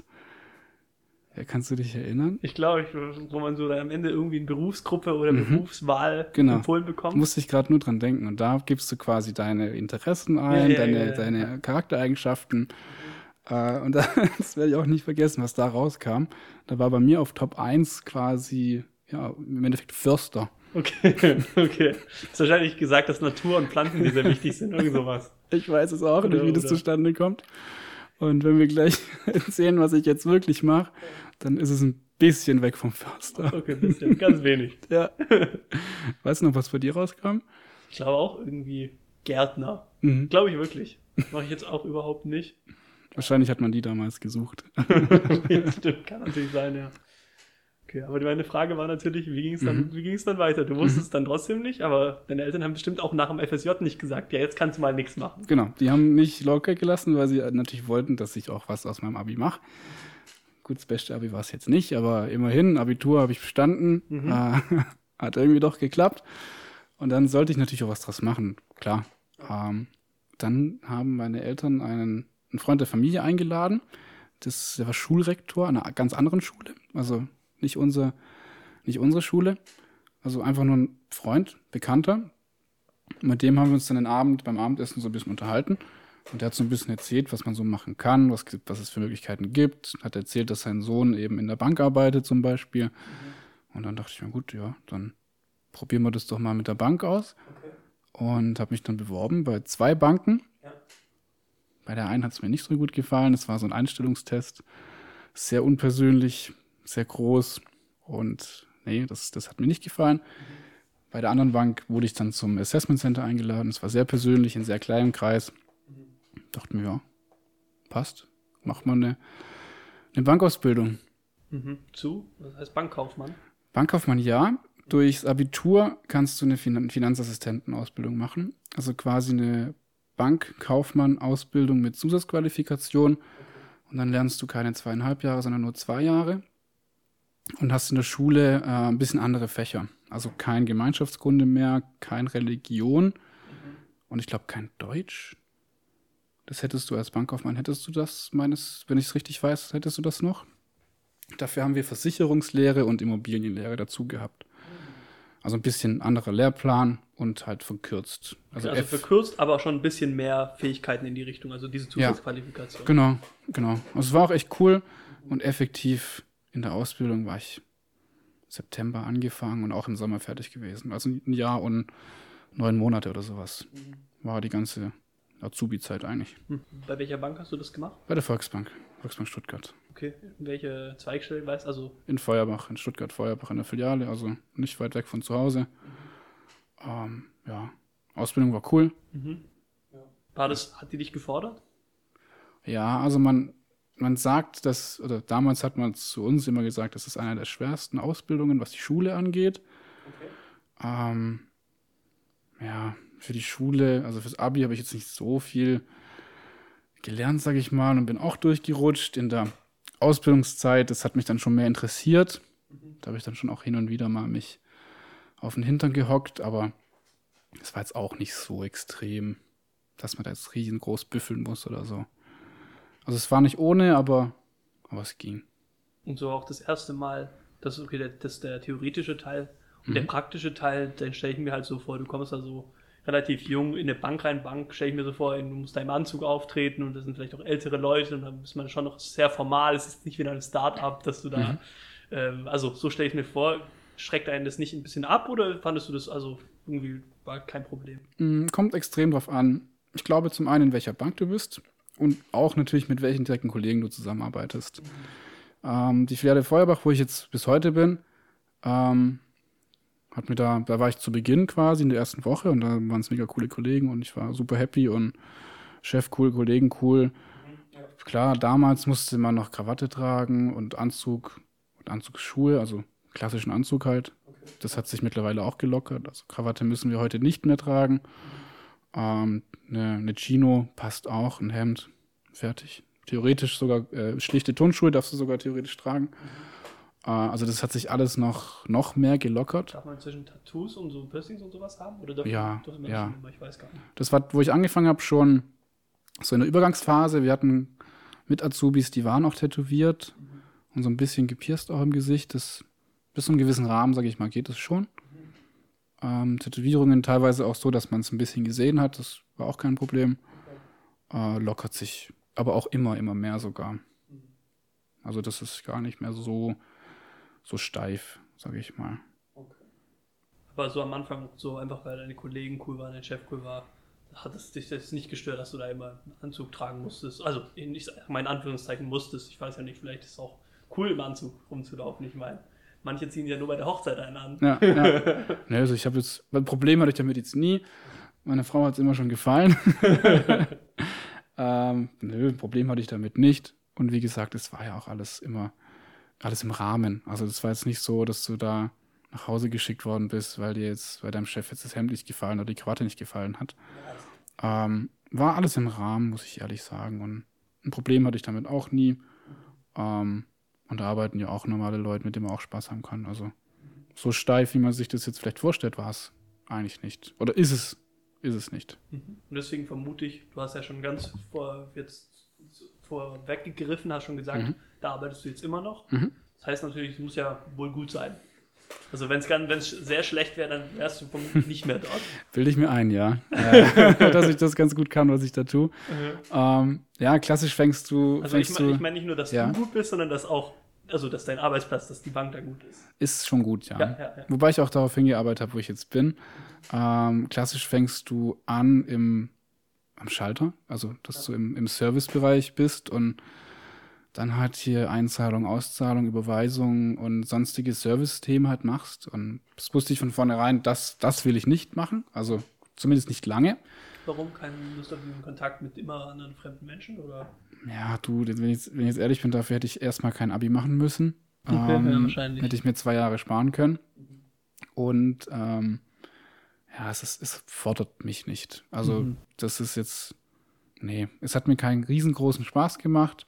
Ja, kannst du dich erinnern? Ich glaube, wo man so dann am Ende irgendwie eine Berufsgruppe oder mhm. Berufswahl genau. empfohlen bekommt. Musste ich gerade nur dran denken. Und da gibst du quasi deine Interessen ein, ja, ja, deine, ja, ja, deine ja. Charaktereigenschaften. Mhm. Äh, und das werde ich auch nicht vergessen, was da rauskam. Da war bei mir auf Top eins quasi, ja, im Endeffekt Förster. Okay, okay. Hast wahrscheinlich gesagt, dass Natur und Pflanzen dir sehr wichtig sind, irgend sowas. Ich weiß es auch oder, nicht, wie das oder? zustande kommt. Und wenn wir gleich sehen, was ich jetzt wirklich mache, dann ist es ein bisschen weg vom Förster. Okay, ein bisschen, ganz wenig. Ja. Weißt du noch, was bei dir rauskam? Ich glaube auch irgendwie Gärtner. Mhm. Glaube ich wirklich. Mache ich jetzt auch überhaupt nicht. Wahrscheinlich hat man die damals gesucht. Stimmt, kann natürlich sein, ja. Okay, aber meine Frage war natürlich, wie ging es dann, mhm. wie ging es dann weiter? Du wusstest es mhm. dann trotzdem nicht, aber deine Eltern haben bestimmt auch nach dem F S J nicht gesagt, ja, jetzt kannst du mal nichts machen. Genau, die haben nicht locker gelassen, weil sie natürlich wollten, dass ich auch was aus meinem Abi mache. Gut, das beste Abi war es jetzt nicht, aber immerhin, Abitur habe ich bestanden, mhm. äh, hat irgendwie doch geklappt. Und dann sollte ich natürlich auch was draus machen, klar. Ähm, dann haben meine Eltern einen, einen Freund der Familie eingeladen, das, der war Schulrektor an einer ganz anderen Schule, also nicht, unser, nicht unsere Schule, also einfach nur ein Freund, Bekannter. Mit dem haben wir uns dann den Abend beim Abendessen so ein bisschen unterhalten. Und der hat so ein bisschen erzählt, was man so machen kann, was, was es für Möglichkeiten gibt. Hat erzählt, dass sein Sohn eben in der Bank arbeitet zum Beispiel. Mhm. Und dann dachte ich mir, gut, ja, dann probieren wir das doch mal mit der Bank aus. Okay. Und habe mich dann beworben bei zwei Banken. Ja. Bei der einen hat es mir nicht so gut gefallen. Es war so ein Einstellungstest. Sehr unpersönlich, sehr groß. Und nee, das, das hat mir nicht gefallen. Mhm. Bei der anderen Bank wurde ich dann zum Assessment Center eingeladen. Es war sehr persönlich, in sehr kleinem Kreis. dachte mir, ja, passt. Macht man eine, eine Bankausbildung. Mhm. Zu? Das heißt Bankkaufmann? Bankkaufmann ja. Durchs Abitur kannst du eine Finan- Finanzassistentenausbildung machen. Also quasi eine Bankkaufmann-Ausbildung mit Zusatzqualifikation. Und dann lernst du keine zweieinhalb Jahre, sondern nur zwei Jahre. Und hast in der Schule äh, ein bisschen andere Fächer. Also kein Gemeinschaftskunde mehr, kein Religion. Mhm. Und ich glaube kein Deutsch. Das hättest du als Bankkaufmann, hättest du das, meines, wenn ich es richtig weiß, hättest du das noch? Dafür haben wir Versicherungslehre und Immobilienlehre dazu gehabt. Also ein bisschen anderer Lehrplan und halt verkürzt. Also, also verkürzt, aber auch schon ein bisschen mehr Fähigkeiten in die Richtung, also diese Zusatzqualifikation. Ja, genau, genau. Also es war auch echt cool und effektiv in der Ausbildung war ich September angefangen und auch im Sommer fertig gewesen. Also ein Jahr und neun Monate oder sowas war die ganze Azubi-Zeit eigentlich. Bei welcher Bank hast du das gemacht? Bei der Volksbank, Volksbank Stuttgart. Okay, in welche Zweigstelle, weißt du? Also in Feuerbach, in Stuttgart-Feuerbach in der Filiale, also nicht weit weg von zu Hause. Mhm. Ähm, ja, Ausbildung war cool. Mhm. Ja. War das, hat die dich gefordert? Ja, also man, man sagt, dass, oder damals hat man zu uns immer gesagt, das ist eine der schwersten Ausbildungen, was die Schule angeht. Okay. Ähm, ja, für die Schule, also fürs Abi habe ich jetzt nicht so viel gelernt, sage ich mal, und bin auch durchgerutscht in der Ausbildungszeit. Das hat mich dann schon mehr interessiert. Mhm. Da habe ich dann schon auch hin und wieder mal mich auf den Hintern gehockt, aber es war jetzt auch nicht so extrem, dass man da jetzt riesengroß büffeln muss oder so. Also es war nicht ohne, aber, aber es ging. Und so auch das erste Mal, das ist okay, der, das der theoretische Teil und mhm. der praktische Teil, den stelle ich mir halt so vor, du kommst da so relativ jung in eine Bank rein, Bank stelle ich mir so vor, du musst da im Anzug auftreten und das sind vielleicht auch ältere Leute und dann ist man schon noch sehr formal, es ist nicht wieder ein Start-up, dass du da, mhm. ähm, also so stelle ich mir vor, schreckt einen das nicht ein bisschen ab oder fandest du das, also irgendwie war kein Problem? Kommt extrem drauf an. Ich glaube zum einen, in welcher Bank du bist und auch natürlich mit welchen direkten Kollegen du zusammenarbeitest. Mhm. Ähm, die Filiale Feuerbach, wo ich jetzt bis heute bin, ähm, hat mir da, da war ich zu Beginn quasi in der ersten Woche und da waren es mega coole Kollegen und ich war super happy und Chef cool, Kollegen cool. Mhm, ja. Klar, damals musste man noch Krawatte tragen und Anzug und Anzugsschuhe, also klassischen Anzug halt. Okay. Das hat sich mittlerweile auch gelockert. Also Krawatte müssen wir heute nicht mehr tragen. Mhm. Ähm, eine, eine Chino passt auch, ein Hemd, fertig. Theoretisch sogar äh, schlichte Turnschuhe darfst du sogar theoretisch tragen. Mhm. Also das hat sich alles noch, noch mehr gelockert. Darf man inzwischen Tattoos und so Piercings und sowas haben? Oder darf ja, man, man ja. Immer? Ich weiß gar nicht. Das war, wo ich angefangen habe, schon so in der Übergangsphase. Wir hatten mit Azubis, die waren auch tätowiert mhm. und so ein bisschen gepierst auch im Gesicht. Das, bis zu einem gewissen Rahmen, sage ich mal, geht das schon. Mhm. Ähm, Tätowierungen teilweise auch so, dass man es ein bisschen gesehen hat. Das war auch kein Problem. Okay. Äh, lockert sich aber auch immer, immer mehr sogar. Mhm. Also das ist gar nicht mehr so... so steif, sage ich mal. Okay. Aber so am Anfang, so einfach weil deine Kollegen cool waren, dein Chef cool war, hat es dich das nicht gestört, dass du da immer einen Anzug tragen musstest? Also, ich sag mal in Anführungszeichen musstest. Ich weiß ja nicht, vielleicht ist es auch cool, im Anzug rumzulaufen. Ich meine, manche ziehen ja nur bei der Hochzeit einen an. Ja, ja. Nee, also ich habe jetzt, ein Problem hatte ich damit jetzt nie. Meine Frau hat es immer schon gefallen. ähm, nö, ein Problem hatte ich damit nicht. Und wie gesagt, es war ja auch alles immer alles im Rahmen. Also das war jetzt nicht so, dass du da nach Hause geschickt worden bist, weil dir jetzt, weil deinem Chef jetzt das Hemd nicht gefallen oder die Krawatte nicht gefallen hat. Ja. Ähm, war alles im Rahmen, muss ich ehrlich sagen. Und ein Problem hatte ich damit auch nie. Mhm. Ähm, und da arbeiten ja auch normale Leute, mit denen man auch Spaß haben kann. Also so steif, wie man sich das jetzt vielleicht vorstellt, war es eigentlich nicht. Oder ist es, ist es nicht. Mhm. Und deswegen vermute ich, du hast ja schon ganz vor jetzt vorweggegriffen, hast schon gesagt, mhm. da arbeitest du jetzt immer noch. Mhm. Das heißt natürlich, es muss ja wohl gut sein. Also wenn es sehr schlecht wäre, dann wärst du vermutlich nicht mehr dort. Bilde ich mir ein, ja. äh, dass ich das ganz gut kann, was ich da tue. Mhm. Ähm, ja, klassisch fängst du... Also fängst ich meine du, ich mein nicht nur, dass ja. du gut bist, sondern dass auch, also dass dein Arbeitsplatz, dass die Bank da gut ist. Ist schon gut, ja. ja, ja, ja. Wobei ich auch darauf hingearbeitet habe, wo ich jetzt bin. Ähm, klassisch fängst du an im am Schalter, also dass ja. du im, im Servicebereich bist und dann halt hier Einzahlung, Auszahlung, Überweisung und sonstige Service-Themen halt machst. Und das wusste ich von vornherein, das, das will ich nicht machen, also zumindest nicht lange. Warum? Keine Lust auf diesen Kontakt mit immer anderen fremden Menschen? Oder? Ja, du, wenn ich, wenn ich jetzt ehrlich bin, dafür hätte ich erstmal kein Abi machen müssen. Okay, ähm, ja, wahrscheinlich. Hätte ich mir zwei Jahre sparen können. Und ähm, ja, es, ist, es fordert mich nicht. Also Mhm. das ist jetzt, nee, es hat mir keinen riesengroßen Spaß gemacht.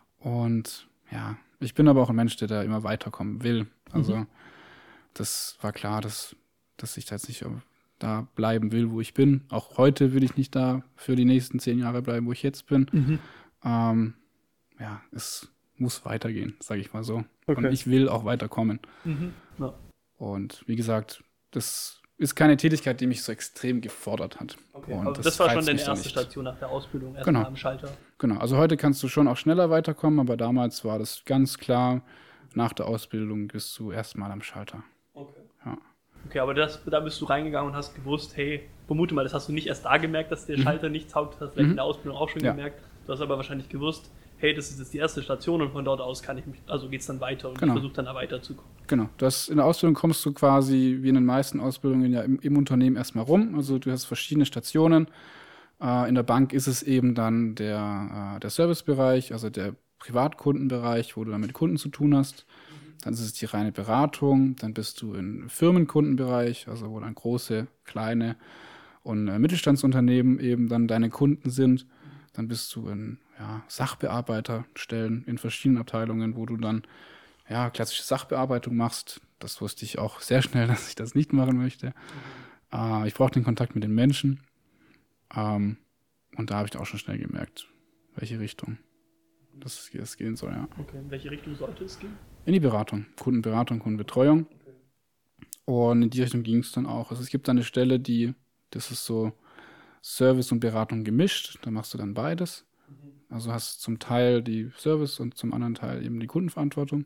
Und ja, ich bin aber auch ein Mensch, der da immer weiterkommen will. Also Mhm. das war klar, dass, dass ich da jetzt nicht da bleiben will, wo ich bin. Auch heute will ich nicht da für die nächsten zehn Jahre bleiben, wo ich jetzt bin. Mhm. Ähm, ja, es muss weitergehen, sage ich mal so. Okay. Und ich will auch weiterkommen. Mhm. Ja. Und wie gesagt, das ist keine Tätigkeit, die mich so extrem gefordert hat. Okay. Und Aber das, das war schon reizt deine mich da erste nicht. Station nach der Ausbildung, erstmal Genau. am Schalter. Genau, also heute kannst du schon auch schneller weiterkommen, aber damals war das ganz klar, nach der Ausbildung bist du erstmal am Schalter. Okay. Ja. Okay, aber das, da bist du reingegangen und hast gewusst, hey, vermute mal, das hast du nicht erst da gemerkt, dass der Mhm. Schalter nicht taugt, das hast du vielleicht Mhm. in der Ausbildung auch schon Ja. gemerkt. Du hast aber wahrscheinlich gewusst, hey, das ist jetzt die erste Station und von dort aus kann ich mich, also geht's dann weiter und Genau. ich versuche dann da weiterzukommen. Genau, das, in der Ausbildung kommst du quasi, wie in den meisten Ausbildungen, ja im, im Unternehmen erstmal rum. Also du hast verschiedene Stationen. Äh, in der Bank ist es eben dann der, äh, der Servicebereich, also der Privatkundenbereich, wo du dann mit Kunden zu tun hast. Dann ist es die reine Beratung. Dann bist du im Firmenkundenbereich, also wo dann große, kleine und äh, Mittelstandsunternehmen eben dann deine Kunden sind. Dann bist du in ja, Sachbearbeiterstellen in verschiedenen Abteilungen, wo du dann ja, klassische Sachbearbeitung machst. Das wusste ich auch sehr schnell, dass ich das nicht machen möchte. Äh, ich brauche den Kontakt mit den Menschen. Ähm, und da habe ich auch schon schnell gemerkt, welche Richtung das, das gehen soll, ja. Okay, in welche Richtung sollte es gehen? In die Beratung, Kundenberatung, Kundenbetreuung. Okay. Und in die Richtung ging es dann auch. Also es gibt da eine Stelle, die, das ist so Service und Beratung gemischt. Da machst du dann beides. Also hast zum Teil die Service und zum anderen Teil eben die Kundenverantwortung.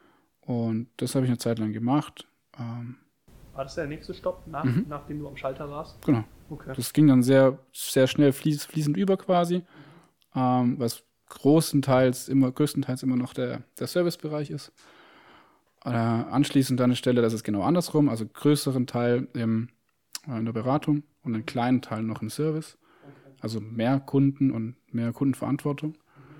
Und das habe ich eine Zeit lang gemacht. Ähm, War das der nächste Stopp, nach, Mhm. nachdem du am Schalter warst? genau. Okay. Das ging dann sehr, sehr schnell fließ, fließend über quasi. Ähm, was großenteils immer, größtenteils immer noch der, der Servicebereich ist. Äh, anschließend dann eine Stelle, das ist genau andersrum, also größeren Teil im, äh, in der Beratung und einen kleinen Teil noch im Service. Also mehr Kunden und mehr Kundenverantwortung.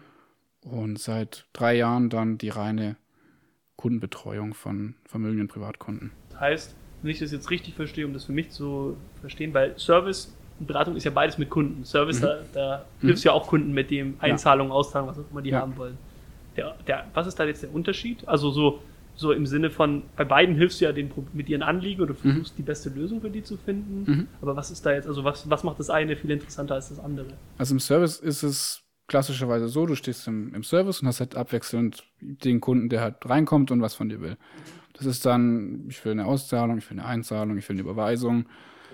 Und seit drei Jahren dann die reine Kundenbetreuung von vermögenden Privatkunden. Das heißt, wenn ich das jetzt richtig verstehe, um das für mich zu verstehen, weil Service und Beratung ist ja beides mit Kunden. Service, Mhm. da, da Mhm. hilfst du ja auch Kunden mit dem Einzahlungen, Auszahlungen, was auch immer die Ja. haben wollen. Der, der, was ist da jetzt der Unterschied? Also so, so im Sinne von, bei beiden hilfst du ja den, Pro- mit ihren Anliegen oder versuchst die beste Lösung für die zu finden. Mhm. Aber was ist da jetzt, also was, was macht das eine viel interessanter als das andere? Also im Service ist es klassischerweise so, du stehst im, im Service und hast halt abwechselnd den Kunden, der halt reinkommt und was von dir will. Das ist dann, ich will eine Auszahlung, ich will eine Einzahlung, ich will eine Überweisung.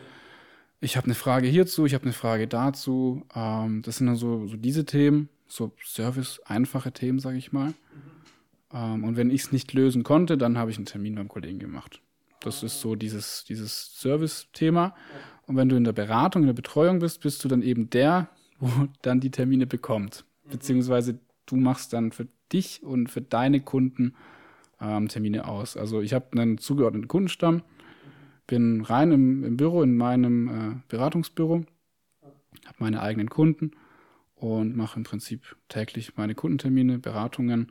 Ich habe eine Frage hierzu, ich habe eine Frage dazu. Ähm, das sind dann so, so diese Themen, so Service, einfache Themen, sage ich mal. Ähm, und wenn ich es nicht lösen konnte, dann habe ich einen Termin beim Kollegen gemacht. Das ist so dieses, dieses Service-Thema. Und wenn du in der Beratung, in der Betreuung bist, bist du dann eben der, wo dann die Termine bekommt. Beziehungsweise du machst dann für dich und für deine Kunden ähm, Termine aus. Also ich habe einen zugeordneten Kundenstamm, bin rein im, im Büro, in meinem äh, Beratungsbüro, habe meine eigenen Kunden und mache im Prinzip täglich meine Kundentermine, Beratungen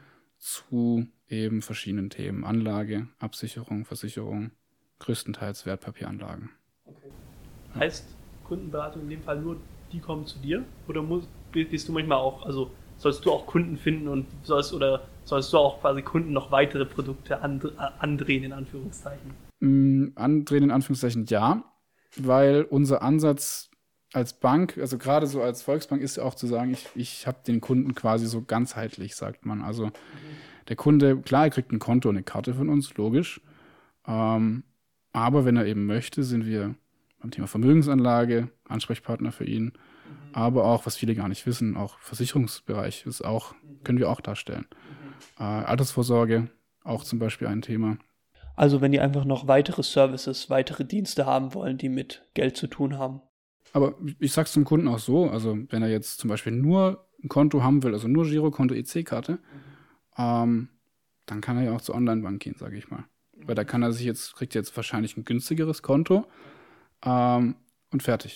zu eben verschiedenen Themen. Anlage, Absicherung, Versicherung, größtenteils Wertpapieranlagen. Okay. Heißt Kundenberatung in dem Fall nur, die kommen zu dir? Oder musst, bist du manchmal auch, also sollst du auch Kunden finden und sollst oder sollst du auch quasi Kunden noch weitere Produkte and, andrehen, in Anführungszeichen? Mm, andrehen in Anführungszeichen ja, weil unser Ansatz als Bank, also gerade so als Volksbank, ist ja auch zu sagen, ich, ich habe den Kunden quasi so ganzheitlich, sagt man. Also der Kunde, klar, er kriegt ein Konto und eine Karte von uns, logisch. Ähm, aber wenn er eben möchte, sind wir beim Thema Vermögensanlage Ansprechpartner für ihn. Aber auch, was viele gar nicht wissen, auch Versicherungsbereich ist auch, können wir auch darstellen. Äh, Altersvorsorge, auch zum Beispiel ein Thema. Also wenn die einfach noch weitere Services, weitere Dienste haben wollen, die mit Geld zu tun haben. Aber ich sag's dem Kunden auch so, also wenn er jetzt zum Beispiel nur ein Konto haben will, also nur Girokonto, E C-Karte, mhm. ähm, dann kann er ja auch zur Online-Bank gehen, sage ich mal. Mhm. Weil da kann er sich jetzt, kriegt jetzt wahrscheinlich ein günstigeres Konto ähm, und fertig.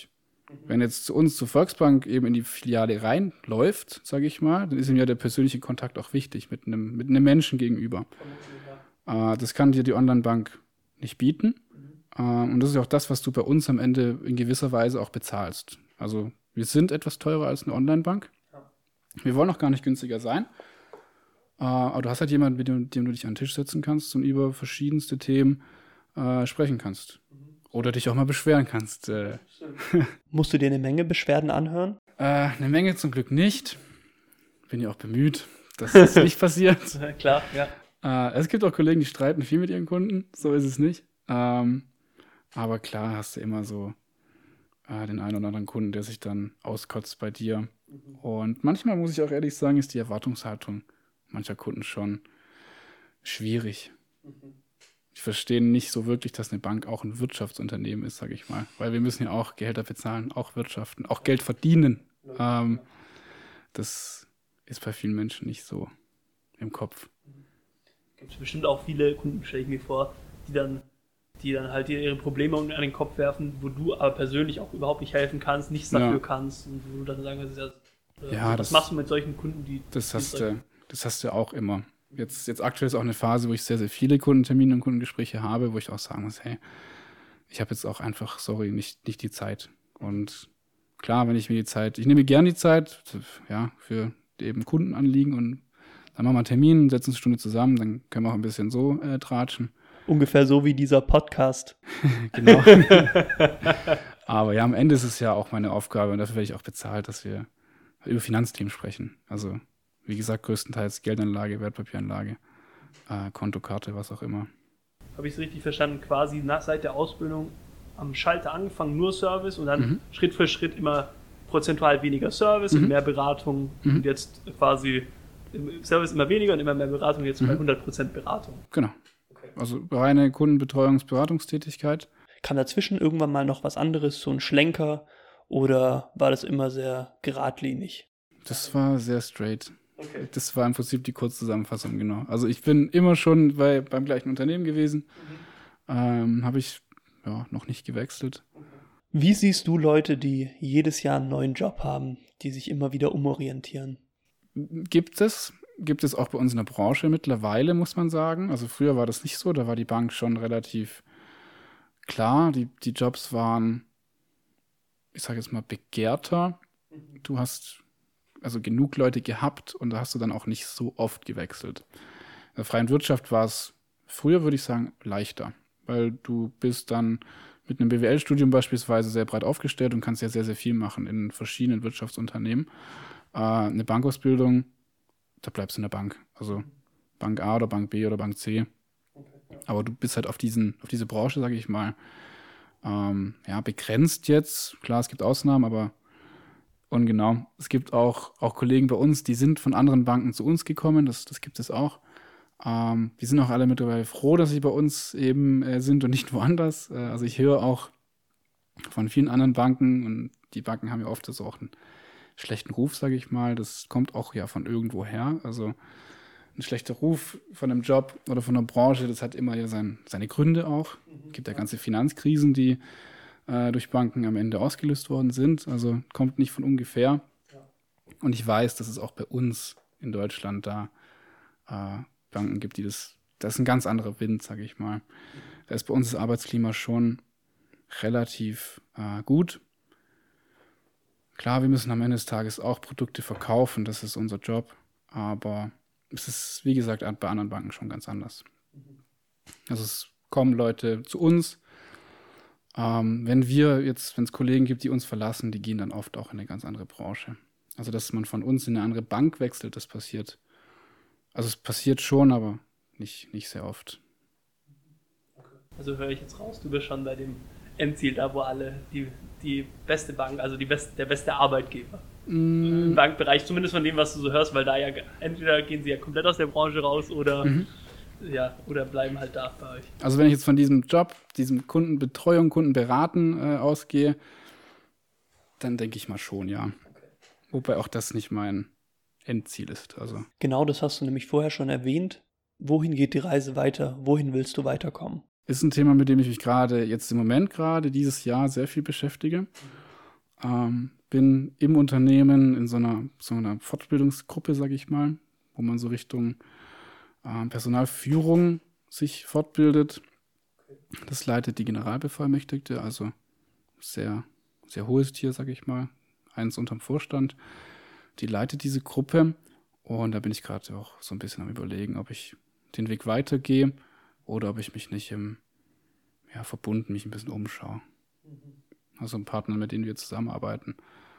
Wenn jetzt zu uns, zur Volksbank, eben in die Filiale reinläuft, sage ich mal, dann ist ihm ja der persönliche Kontakt auch wichtig, mit einem, mit einem Menschen gegenüber. Äh, das kann dir die Online-Bank nicht bieten. Mhm. Äh, und das ist ja auch das, was du bei uns am Ende in gewisser Weise auch bezahlst. Also wir sind etwas teurer als eine Online-Bank. Ja. Wir wollen auch gar nicht günstiger sein. Äh, aber du hast halt jemanden, mit dem, dem du dich an den Tisch setzen kannst und über verschiedenste Themen äh, sprechen kannst. Mhm. Oder dich auch mal beschweren kannst. Äh. Musst du dir eine Menge Beschwerden anhören? Äh, eine Menge zum Glück nicht. Bin ja auch bemüht, dass das nicht passiert. Klar, ja. Äh, es gibt auch Kollegen, die streiten viel mit ihren Kunden. So ist es nicht. Ähm, aber klar hast du immer so äh, den einen oder anderen Kunden, der sich dann auskotzt bei dir. Mhm. Und manchmal, muss ich auch ehrlich sagen, ist die Erwartungshaltung mancher Kunden schon schwierig. Mhm. Ich verstehe nicht so wirklich, dass eine Bank auch ein Wirtschaftsunternehmen ist, sage ich mal. Weil wir müssen ja auch Gehälter bezahlen, auch wirtschaften, auch Geld verdienen. Ähm, das ist bei vielen Menschen nicht so im Kopf. Gibt es bestimmt auch viele Kunden, stelle ich mir vor, die dann, die dann halt ihre Probleme an den Kopf werfen, wo du aber persönlich auch überhaupt nicht helfen kannst, nichts dafür ja. kannst und wo du dann sagen kannst, ja, ja, was das, machst du mit solchen Kunden, die... Das hast, du, das hast du auch immer. Jetzt, jetzt aktuell ist auch eine Phase, wo ich sehr, sehr viele Kundentermine und Kundengespräche habe, wo ich auch sagen muss, hey, ich habe jetzt auch einfach, sorry, nicht, nicht die Zeit. Und klar, wenn ich mir die Zeit, ich nehme gerne die Zeit, ja, für eben Kundenanliegen und dann machen wir einen Termin, setzen uns eine Stunde zusammen, dann können wir auch ein bisschen so äh, tratschen. Ungefähr so wie dieser Podcast. Genau. Aber ja, am Ende ist es ja auch meine Aufgabe und dafür werde ich auch bezahlt, dass wir über Finanzthemen sprechen. Also wie gesagt, größtenteils Geldanlage, Wertpapieranlage, äh, Kontokarte, was auch immer. Habe ich es richtig verstanden? Quasi nach seit der Ausbildung am Schalter angefangen, nur Service und dann mhm. Schritt für Schritt immer prozentual weniger Service mhm. und mehr Beratung mhm. und jetzt quasi im Service immer weniger und immer mehr Beratung, jetzt mhm. bei hundert Prozent Beratung. Genau. Okay. Also reine Kundenbetreuungsberatungstätigkeit. Kam dazwischen irgendwann mal noch was anderes, so ein Schlenker, oder war das immer sehr geradlinig? Das war sehr straight. Okay. Das war im Prinzip die Kurzzusammenfassung, genau. Also ich bin immer schon bei, beim gleichen Unternehmen gewesen. Mhm. Ähm, habe ich ja noch nicht gewechselt. Okay. Wie siehst du Leute, die jedes Jahr einen neuen Job haben, die sich immer wieder umorientieren? Gibt es. Gibt es auch bei uns in der Branche mittlerweile, muss man sagen. Also früher war das nicht so, da war die Bank schon relativ klar. Die, die Jobs waren, ich sage jetzt mal, begehrter. Mhm. Du hast also genug Leute gehabt und da hast du dann auch nicht so oft gewechselt. In der freien Wirtschaft war es früher, würde ich sagen, leichter, weil du bist dann mit einem B W L-Studium beispielsweise sehr breit aufgestellt und kannst ja sehr, sehr viel machen in verschiedenen Wirtschaftsunternehmen. Äh, eine Bankausbildung, da bleibst du in der Bank. Also Bank A oder Bank B oder Bank C. Aber du bist halt auf diesen, auf diese Branche, sage ich mal, ähm, ja, begrenzt jetzt. Klar, es gibt Ausnahmen, aber und genau, es gibt auch, auch Kollegen bei uns, die sind von anderen Banken zu uns gekommen, das, das gibt es auch. Ähm, die sind auch alle mittlerweile froh, dass sie bei uns eben äh, sind und nicht woanders. Äh, also ich höre auch von vielen anderen Banken, und die Banken haben ja oft so auch einen schlechten Ruf, sage ich mal. Das kommt auch ja von irgendwo her. Also ein schlechter Ruf von einem Job oder von einer Branche, das hat immer ja sein, seine Gründe auch. Es gibt ja ganze Finanzkrisen, die äh, durch Banken am Ende ausgelöst worden sind. Also kommt nicht von ungefähr. Und ich weiß, dass es auch bei uns in Deutschland da äh, Banken gibt, die das, das ist ein ganz anderer Wind, sage ich mal. Da ist bei uns das Arbeitsklima schon relativ äh, gut. Klar, wir müssen am Ende des Tages auch Produkte verkaufen, das ist unser Job, aber es ist, wie gesagt, bei anderen Banken schon ganz anders. Also es kommen Leute zu uns, ähm, wenn wir jetzt, wenn es Kollegen gibt, die uns verlassen, die gehen dann oft auch in eine ganz andere Branche. Also dass man von uns in eine andere Bank wechselt, das passiert. Also es passiert schon, aber nicht, nicht sehr oft. Also höre ich jetzt raus, du bist schon bei dem Endziel, da wo alle die, die beste Bank, also die best, der beste Arbeitgeber mm. im Bankbereich, zumindest von dem, was du so hörst, weil da ja entweder gehen sie ja komplett aus der Branche raus oder, mhm. ja, oder bleiben halt da bei euch. Also wenn ich jetzt von diesem Job, diesem Kundenbetreuung, Kundenberaten äh, ausgehe, dann denke ich mal schon, ja. Okay. Wobei auch das nicht mein Endziel ist. Also. Genau, das hast du nämlich vorher schon erwähnt. Wohin geht die Reise weiter? Wohin willst du weiterkommen? Ist ein Thema, mit dem ich mich gerade jetzt im Moment gerade dieses Jahr sehr viel beschäftige. Ähm, bin im Unternehmen in so einer, so einer Fortbildungsgruppe, sage ich mal, wo man so Richtung äh, Personalführung sich fortbildet. Das leitet die Generalbevollmächtigte, also sehr, sehr hohes Tier, sage ich mal, eins unterm Vorstand. Die leitet diese Gruppe und da bin ich gerade auch so ein bisschen am Überlegen, ob ich den Weg weitergehe oder ob ich mich nicht im ja, Verbunden mich ein bisschen umschaue. Also ein Partner, mit dem wir zusammenarbeiten.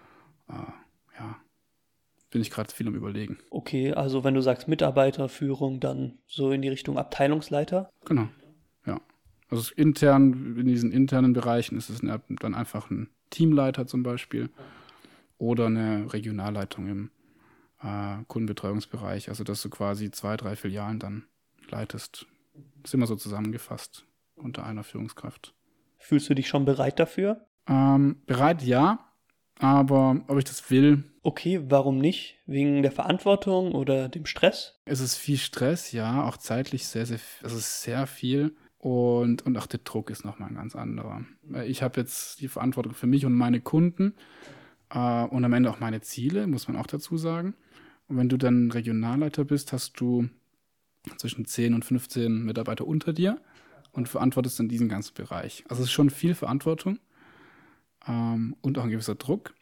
Äh, ja, bin ich gerade viel am Überlegen. Okay, also wenn du sagst Mitarbeiterführung, dann so in die Richtung Abteilungsleiter? Genau, ja. Also intern, in diesen internen Bereichen ist es eine, dann einfach ein Teamleiter zum Beispiel oder eine Regionalleitung im äh, Kundenbetreuungsbereich. Also dass du quasi zwei, drei Filialen dann leitest. Das ist immer so zusammengefasst unter einer Führungskraft. Fühlst du dich schon bereit dafür? Ähm, bereit, ja. Aber ob ich das will. Okay, warum nicht? Wegen der Verantwortung oder dem Stress? Es ist viel Stress, ja, auch zeitlich sehr, sehr, also sehr viel. Und, und auch der Druck ist nochmal ein ganz anderer. Ich habe jetzt die Verantwortung für mich und meine Kunden äh, und am Ende auch meine Ziele, muss man auch dazu sagen. Und wenn du dann Regionalleiter bist, hast du zwischen zehn und fünfzehn Mitarbeiter unter dir und verantwortest dann diesen ganzen Bereich. Also es ist schon viel Verantwortung. Ähm, und auch ein gewisser Druck.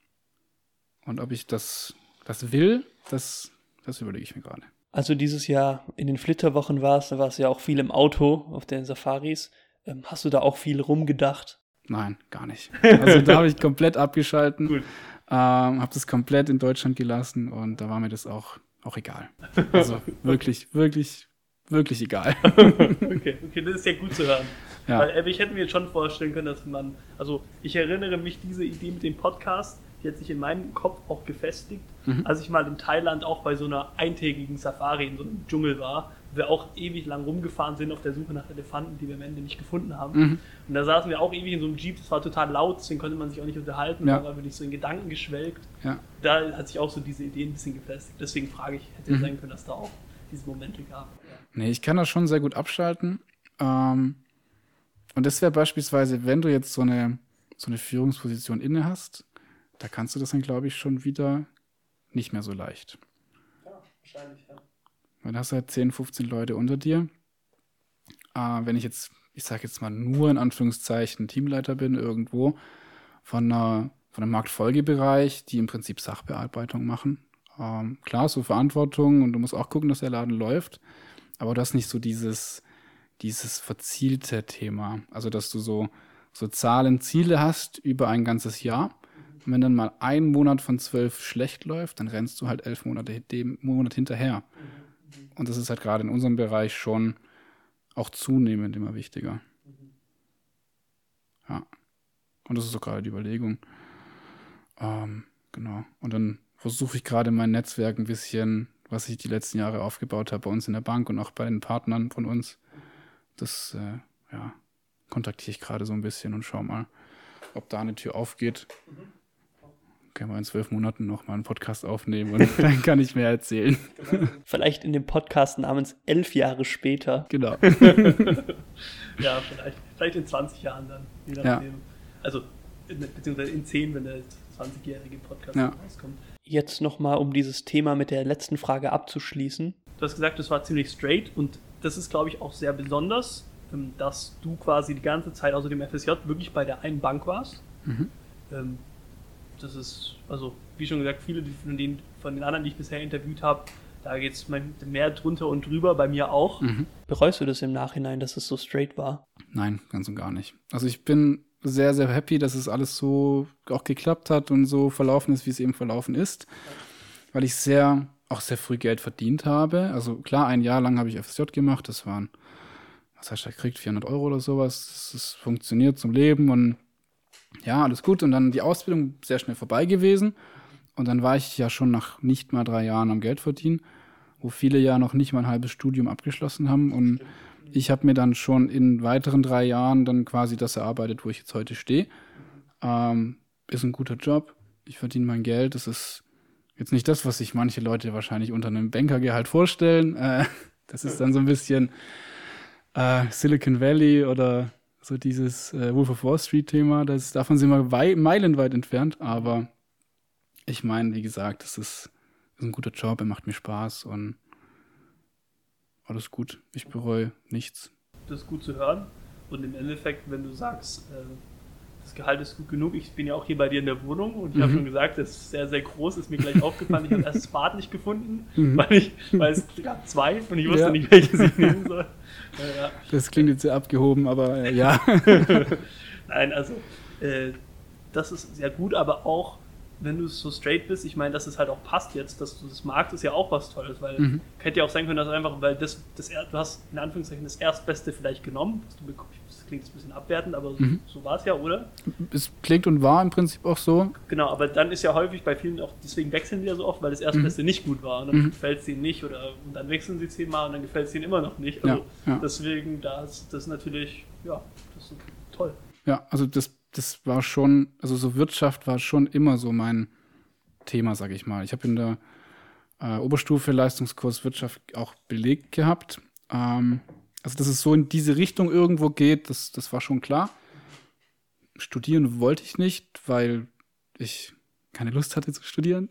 Und ob ich das, das will, das, das überlege ich mir gerade. Also dieses Jahr in den Flitterwochen warst, da warst du ja auch viel im Auto auf den Safaris. Ähm, hast du da auch viel rumgedacht? Nein, gar nicht. Also da habe ich komplett abgeschalten. Gut. Ähm, habe das komplett in Deutschland gelassen und da war mir das auch, auch egal. Also wirklich, wirklich, wirklich egal. Okay, okay, das ist ja gut zu hören. Ja. Weil ich hätte mir jetzt schon vorstellen können, dass man, also ich erinnere mich, diese Idee mit dem Podcast, die hat sich in meinem Kopf auch gefestigt, mhm. als ich mal in Thailand auch bei so einer eintägigen Safari in so einem Dschungel war, wo wir auch ewig lang rumgefahren sind auf der Suche nach Elefanten, die wir am Ende nicht gefunden haben. Mhm. Und da saßen wir auch ewig in so einem Jeep, das war total laut, deswegen konnte man sich auch nicht unterhalten, ja. Da war wirklich so in Gedanken geschwelgt. Ja. Da hat sich auch so diese Idee ein bisschen gefestigt. Deswegen frage ich, hätte mhm. sein können, dass da auch diese Momente gab. Ja. Nee, ich kann das schon sehr gut abschalten. Ähm Und das wäre beispielsweise, wenn du jetzt so eine, so eine Führungsposition inne hast, da kannst du das dann, glaube ich, schon wieder nicht mehr so leicht. Ja, wahrscheinlich, ja. Weil da hast du halt zehn, fünfzehn Leute unter dir. Äh, wenn ich jetzt, ich sage jetzt mal nur in Anführungszeichen Teamleiter bin irgendwo von, einer, von einem Marktfolgebereich, die im Prinzip Sachbearbeitung machen. Ähm, klar, so Verantwortung und du musst auch gucken, dass der Laden läuft. Aber du hast nicht so dieses... dieses verzielte Thema. Also, dass du so, so Zahlen, Ziele hast über ein ganzes Jahr. Und wenn dann mal ein Monat von zwölf schlecht läuft, dann rennst du halt elf Monate dem Monat hinterher. Und das ist halt gerade in unserem Bereich schon auch zunehmend immer wichtiger. Ja. Und das ist so gerade die Überlegung. Ähm, genau. Und dann versuche ich gerade mein Netzwerk ein bisschen, was ich die letzten Jahre aufgebaut habe, bei uns in der Bank und auch bei den Partnern von uns, das äh, ja, kontaktiere ich gerade so ein bisschen und schau mal, ob da eine Tür aufgeht. Mhm. Können wir in zwölf Monaten noch mal einen Podcast aufnehmen und dann kann ich mehr erzählen. Vielleicht in dem Podcast namens Elf Jahre später. Genau. Ja, vielleicht, vielleicht in zwanzig Jahren dann. Je nachdem. Ja. Also, beziehungsweise in zehn, wenn der zwanzigjährige Podcast ja. rauskommt. Jetzt nochmal, um dieses Thema mit der letzten Frage abzuschließen. Du hast gesagt, es war ziemlich straight und das ist, glaube ich, auch sehr besonders, dass du quasi die ganze Zeit außer dem F S J wirklich bei der einen Bank warst. Mhm. Das ist, also wie schon gesagt, viele von den, von den anderen, die ich bisher interviewt habe, da geht es mehr drunter und drüber, bei mir auch. Mhm. Bereust du das im Nachhinein, dass es so straight war? Nein, ganz und gar nicht. Also ich bin sehr, sehr happy, dass es alles so auch geklappt hat und so verlaufen ist, wie es eben verlaufen ist, weil ich sehr... auch sehr früh Geld verdient habe. Also klar, ein Jahr lang habe ich F S J gemacht. Das waren, was hast du da gekriegt, vierhundert Euro oder sowas. Das, das funktioniert zum Leben und ja, alles gut. Und dann die Ausbildung sehr schnell vorbei gewesen. Und dann war ich ja schon nach nicht mal drei Jahren am Geld verdienen, wo viele ja noch nicht mal ein halbes Studium abgeschlossen haben. Und ich habe mir dann schon in weiteren drei Jahren dann quasi das erarbeitet, wo ich jetzt heute stehe. Ähm, ist ein guter Job. Ich verdiene mein Geld. Das ist jetzt nicht das, was sich manche Leute wahrscheinlich unter einem Bankergehalt vorstellen. Äh, das ist dann so ein bisschen äh, Silicon Valley oder So dieses äh, Wolf of Wall Street-Thema, das, davon sind wir wei- meilenweit entfernt. Aber ich meine, wie gesagt, das ist, ist ein guter Job, er macht mir Spaß und alles gut. Ich bereue nichts. Das ist gut zu hören. Und im Endeffekt, wenn du sagst, äh, das Gehalt ist gut genug, ich bin ja auch hier bei dir in der Wohnung und ich mhm. habe schon gesagt, das ist sehr, sehr groß, ist mir gleich aufgefallen. Ich habe erst das Bad nicht gefunden, mhm. weil, ich, weil es gab zwei und ich wusste ja. nicht, welches ich nehmen soll. Äh, ja. Das klingt jetzt sehr abgehoben, aber äh, ja. Nein, also äh, das ist sehr gut, aber auch wenn du so straight bist, ich meine, dass es halt auch passt jetzt, dass du das magst, ist ja auch was Tolles, weil mhm. könnte ja auch sein können, dass einfach, weil das, das du hast in Anführungszeichen das Erstbeste vielleicht genommen, was du bekommst, das klingt jetzt ein bisschen abwertend, aber so, mhm. so war es ja, oder? Es klingt und war im Prinzip auch so. Genau, aber dann ist ja häufig bei vielen auch, deswegen wechseln die ja so oft, weil das Erstbeste mhm. nicht gut war und dann mhm. gefällt es ihnen nicht oder und dann wechseln sie zehnmal und dann gefällt es ihnen immer noch nicht. Also ja, ja. deswegen, da ist das natürlich, ja, das ist toll. Ja, also das, das war schon, also so Wirtschaft war schon immer so mein Thema, sage ich mal. Ich habe in der äh, Oberstufe Leistungskurs Wirtschaft auch belegt gehabt. Ähm, also dass es so in diese Richtung irgendwo geht, das, das war schon klar. Studieren wollte ich nicht, weil ich keine Lust hatte zu studieren.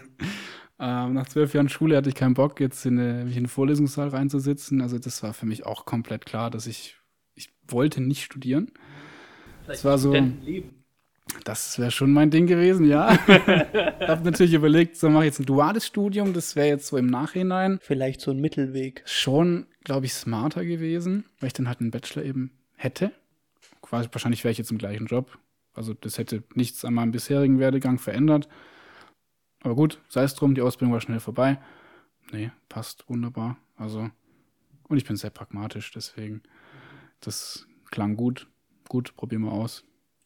ähm, nach zwölf Jahren Schule hatte ich keinen Bock, jetzt in, eine, mich in den Vorlesungssaal reinzusitzen. Also das war für mich auch komplett klar, dass ich, ich wollte nicht studieren. Vielleicht das war so. Leben. Das wäre schon mein Ding gewesen, ja. Ich habe natürlich überlegt, so mache ich jetzt ein duales Studium, das wäre jetzt so im Nachhinein. Vielleicht so ein Mittelweg. Schon, glaube ich, smarter gewesen, weil ich dann halt einen Bachelor eben hätte. Quasi, wahrscheinlich wäre ich jetzt im gleichen Job. Also das hätte nichts an meinem bisherigen Werdegang verändert. Aber gut, sei es drum, die Ausbildung war schnell vorbei. Nee, passt wunderbar. Also, und ich bin sehr pragmatisch, deswegen, das klang gut. Gut, probieren wir aus.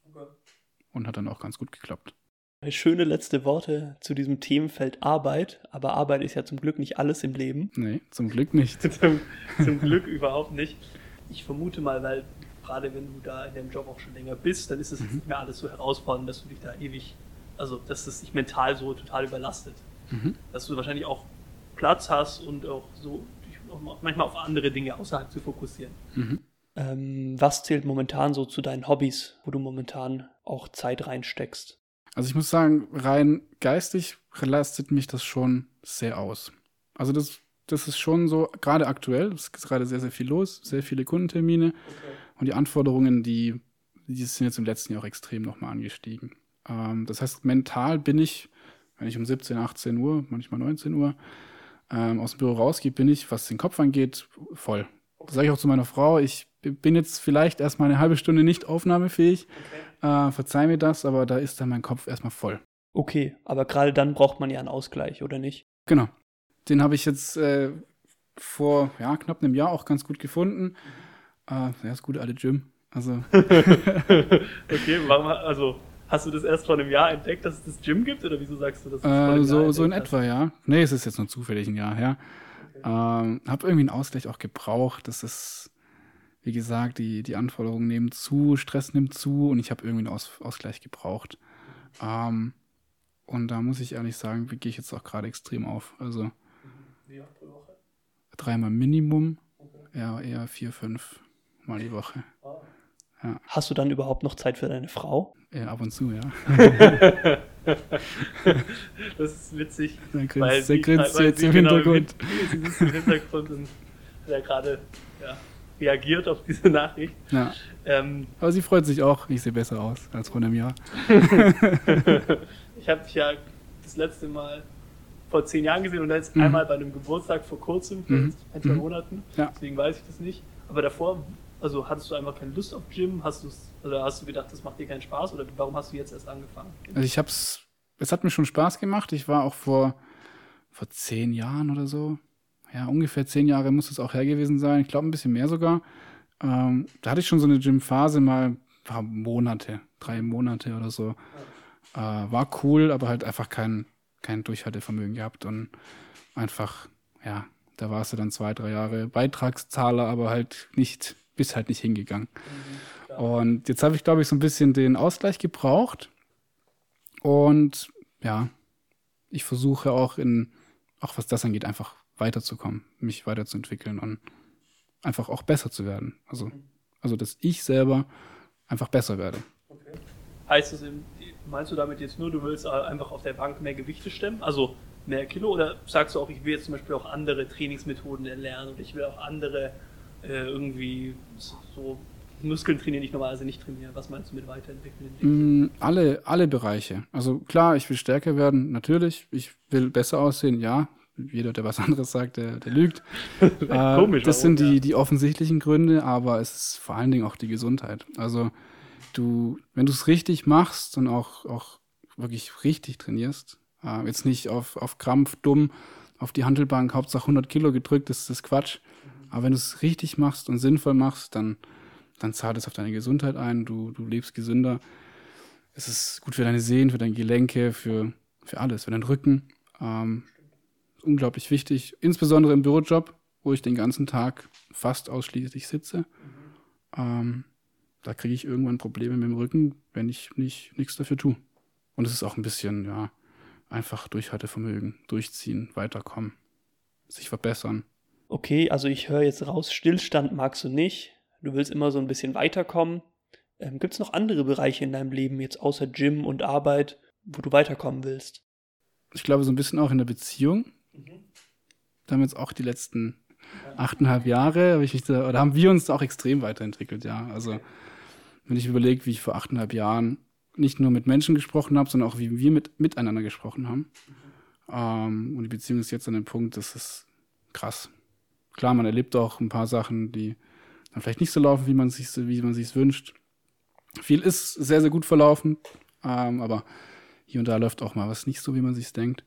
Und hat dann auch ganz gut geklappt. Schöne letzte Worte zu diesem Themenfeld Arbeit. Aber Arbeit ist ja zum Glück nicht alles im Leben. Nee, zum Glück nicht. zum, zum Glück überhaupt nicht. Ich vermute mal, weil gerade wenn du da in dem Job auch schon länger bist, dann ist es mhm. nicht mehr alles so herausfordernd, dass du dich da ewig, also dass es dich mental so total überlastet. Mhm. Dass du wahrscheinlich auch Platz hast und auch so dich auch manchmal auf andere Dinge außerhalb zu fokussieren. Mhm. Ähm, was zählt momentan so zu deinen Hobbys, wo du momentan auch Zeit reinsteckst? Also ich muss sagen, rein geistig lastet mich das schon sehr aus. Also das, das ist schon so, gerade aktuell, es ist gerade sehr, sehr viel los, sehr viele Kundentermine okay. und die Anforderungen, die, die sind jetzt im letzten Jahr auch extrem nochmal angestiegen. Ähm, das heißt, mental bin ich, wenn ich um siebzehn, achtzehn Uhr, manchmal neunzehn Uhr ähm, aus dem Büro rausgehe, bin ich, was den Kopf angeht, voll. Das sage ich auch zu meiner Frau, ich bin jetzt vielleicht erstmal eine halbe Stunde nicht aufnahmefähig. Okay. Äh, verzeih mir das, aber da ist dann mein Kopf erstmal voll. Okay, aber gerade dann braucht man ja einen Ausgleich, oder nicht? Genau. Den habe ich jetzt äh, vor ja, knapp einem Jahr auch ganz gut gefunden. Mhm. Äh, ja, das gute alte Gym. Also. Okay, warum, also hast du das erst vor einem Jahr entdeckt, dass es das Gym gibt? Oder wieso sagst du, dass du das vor einem äh, so, Jahr so in hast? etwa, ja. Nee, es ist jetzt nur zufällig ein Jahr her. Okay. Ähm, habe irgendwie einen Ausgleich auch gebraucht. Das ist Wie gesagt, die, die Anforderungen nehmen zu, Stress nimmt zu und ich habe irgendwie einen Aus, Ausgleich gebraucht. Ähm, und da muss ich ehrlich sagen, gehe ich jetzt auch gerade extrem auf. Also wie oft pro Woche? Dreimal Minimum, okay. eher, eher vier, fünf Mal die Woche. Wow. Ja. Hast du dann überhaupt noch Zeit für deine Frau? Ja, ab und zu, ja. Das ist witzig. Da grinst, der grinst jetzt im Hintergrund. Sie sitzt im Hintergrund und hat ja gerade ja, reagiert auf diese Nachricht. Ja. Ähm, Aber sie freut sich auch. Ich sehe besser aus als vor einem Jahr. Ich habe dich ja das letzte Mal vor zehn Jahren gesehen und jetzt mhm. einmal bei einem Geburtstag vor kurzem, vor mhm. ein, zwei mhm. Monaten. Ja. Deswegen weiß ich das nicht. Aber davor, also hattest du einfach keine Lust auf Gym? Hast du oder hast du gedacht, das macht dir keinen Spaß? Oder warum hast du jetzt erst angefangen? Also ich hab's, es hat mir schon Spaß gemacht. Ich war auch vor, vor zehn Jahren oder so, ja, ungefähr zehn Jahre muss es auch her gewesen sein. Ich glaube, ein bisschen mehr sogar. Ähm, da hatte ich schon so eine Gym-Phase mal ein paar Monate, drei Monate oder so. Ja. Äh, war cool, aber halt einfach kein, kein Durchhaltevermögen gehabt und einfach, ja, da warst du dann zwei, drei Jahre Beitragszahler, aber halt nicht, bist halt nicht hingegangen. Mhm, und jetzt habe ich, glaube ich, so ein bisschen den Ausgleich gebraucht und ja, ich versuche auch in, auch was das angeht, einfach weiterzukommen, mich weiterzuentwickeln und einfach auch besser zu werden. Also, Also, dass ich selber einfach besser werde. Okay. Heißt das, eben, meinst du damit jetzt nur, du willst einfach auf der Bank mehr Gewichte stemmen? Also mehr Kilo? Oder sagst du auch, ich will jetzt zum Beispiel auch andere Trainingsmethoden erlernen und ich will auch andere äh, irgendwie so Muskeln trainieren, die ich normalerweise nicht trainiere? Was meinst du mit weiterentwickeln? Mm, alle, alle Bereiche. Also klar, ich will stärker werden, natürlich. Ich will besser aussehen, ja. Jeder, der was anderes sagt, der, der lügt. das äh, komisch, das warum, sind die, ja. die offensichtlichen Gründe, aber es ist vor allen Dingen auch die Gesundheit. Also du, wenn du es richtig machst und auch, auch wirklich richtig trainierst, äh, jetzt nicht auf, auf Krampf, dumm, auf die Hantelbank, Hauptsache hundert Kilo gedrückt, das ist Quatsch. Mhm. Aber wenn du es richtig machst und sinnvoll machst, dann, dann zahlt es auf deine Gesundheit ein, du, du lebst gesünder. Es ist gut für deine Sehnen, für deine Gelenke, für, für alles, für deinen Rücken. Ähm, unglaublich wichtig, insbesondere im Bürojob, wo ich den ganzen Tag fast ausschließlich sitze. Mhm. Ähm, da kriege ich irgendwann Probleme mit dem Rücken, wenn ich nicht nichts dafür tue. Und es ist auch ein bisschen, ja, einfach Durchhaltevermögen, durchziehen, weiterkommen, sich verbessern. Okay, also ich höre jetzt raus, Stillstand magst du nicht. Du willst immer so ein bisschen weiterkommen. Ähm, gibt es noch andere Bereiche in deinem Leben, jetzt außer Gym und Arbeit, wo du weiterkommen willst? Ich glaube, so ein bisschen auch in der Beziehung. Mhm. Da haben wir jetzt auch die letzten achteinhalb Jahre, habe ich mich da, oder haben wir uns da auch extrem weiterentwickelt, ja. Also, wenn ich überlege, wie ich vor achteinhalb Jahren nicht nur mit Menschen gesprochen habe, sondern auch wie wir mit, miteinander gesprochen haben. Mhm. Ähm, und die Beziehung ist jetzt an dem Punkt, das ist krass. Klar, man erlebt auch ein paar Sachen, die dann vielleicht nicht so laufen, wie man sich wie man sich's wünscht. Viel ist sehr, sehr gut verlaufen, ähm, aber hier und da läuft auch mal was nicht so, wie man sich's denkt.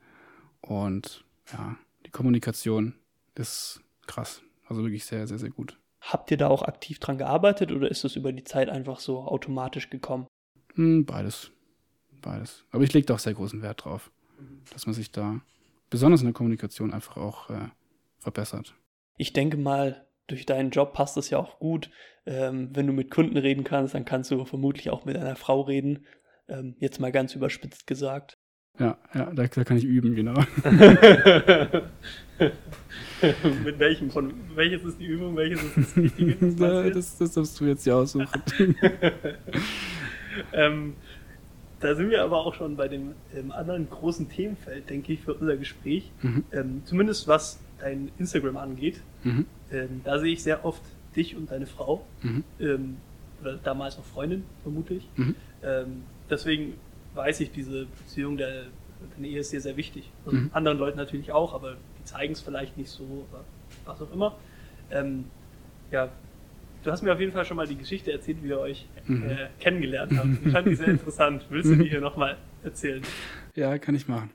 Und ja, die Kommunikation ist krass. Also wirklich sehr, sehr, sehr gut. Habt ihr da auch aktiv dran gearbeitet oder ist das über die Zeit einfach so automatisch gekommen? Hm, beides. Beides. Aber ich lege da auch sehr großen Wert drauf, dass man sich da besonders in der Kommunikation einfach auch äh, verbessert. Ich denke mal, durch deinen Job passt das ja auch gut. Ähm, wenn du mit Kunden reden kannst, dann kannst du vermutlich auch mit einer Frau reden. Ähm, jetzt mal ganz überspitzt gesagt. Ja, ja, da, da kann ich üben, genau. Mit welchem von, welches ist die Übung, welches ist das Wichtige? da, das, das darfst du jetzt ja aussuchen. ähm, da sind wir aber auch schon bei dem ähm, anderen großen Themenfeld, denke ich, für unser Gespräch. Mhm. Ähm, zumindest was dein Instagram angeht. Mhm. Ähm, da sehe ich sehr oft dich und deine Frau. Mhm. Ähm, oder damals noch Freundin, vermutlich. Mhm. Ähm, deswegen weiß ich, diese Beziehung, der, deine Ehe ist dir sehr wichtig. Also mhm. anderen Leuten natürlich auch, aber die zeigen es vielleicht nicht so, oder was auch immer. Ähm, ja, du hast mir auf jeden Fall schon mal die Geschichte erzählt, wie ihr euch mhm. äh, kennengelernt habt. Ich fand die sehr interessant. Willst du die hier nochmal erzählen? Ja, kann ich machen.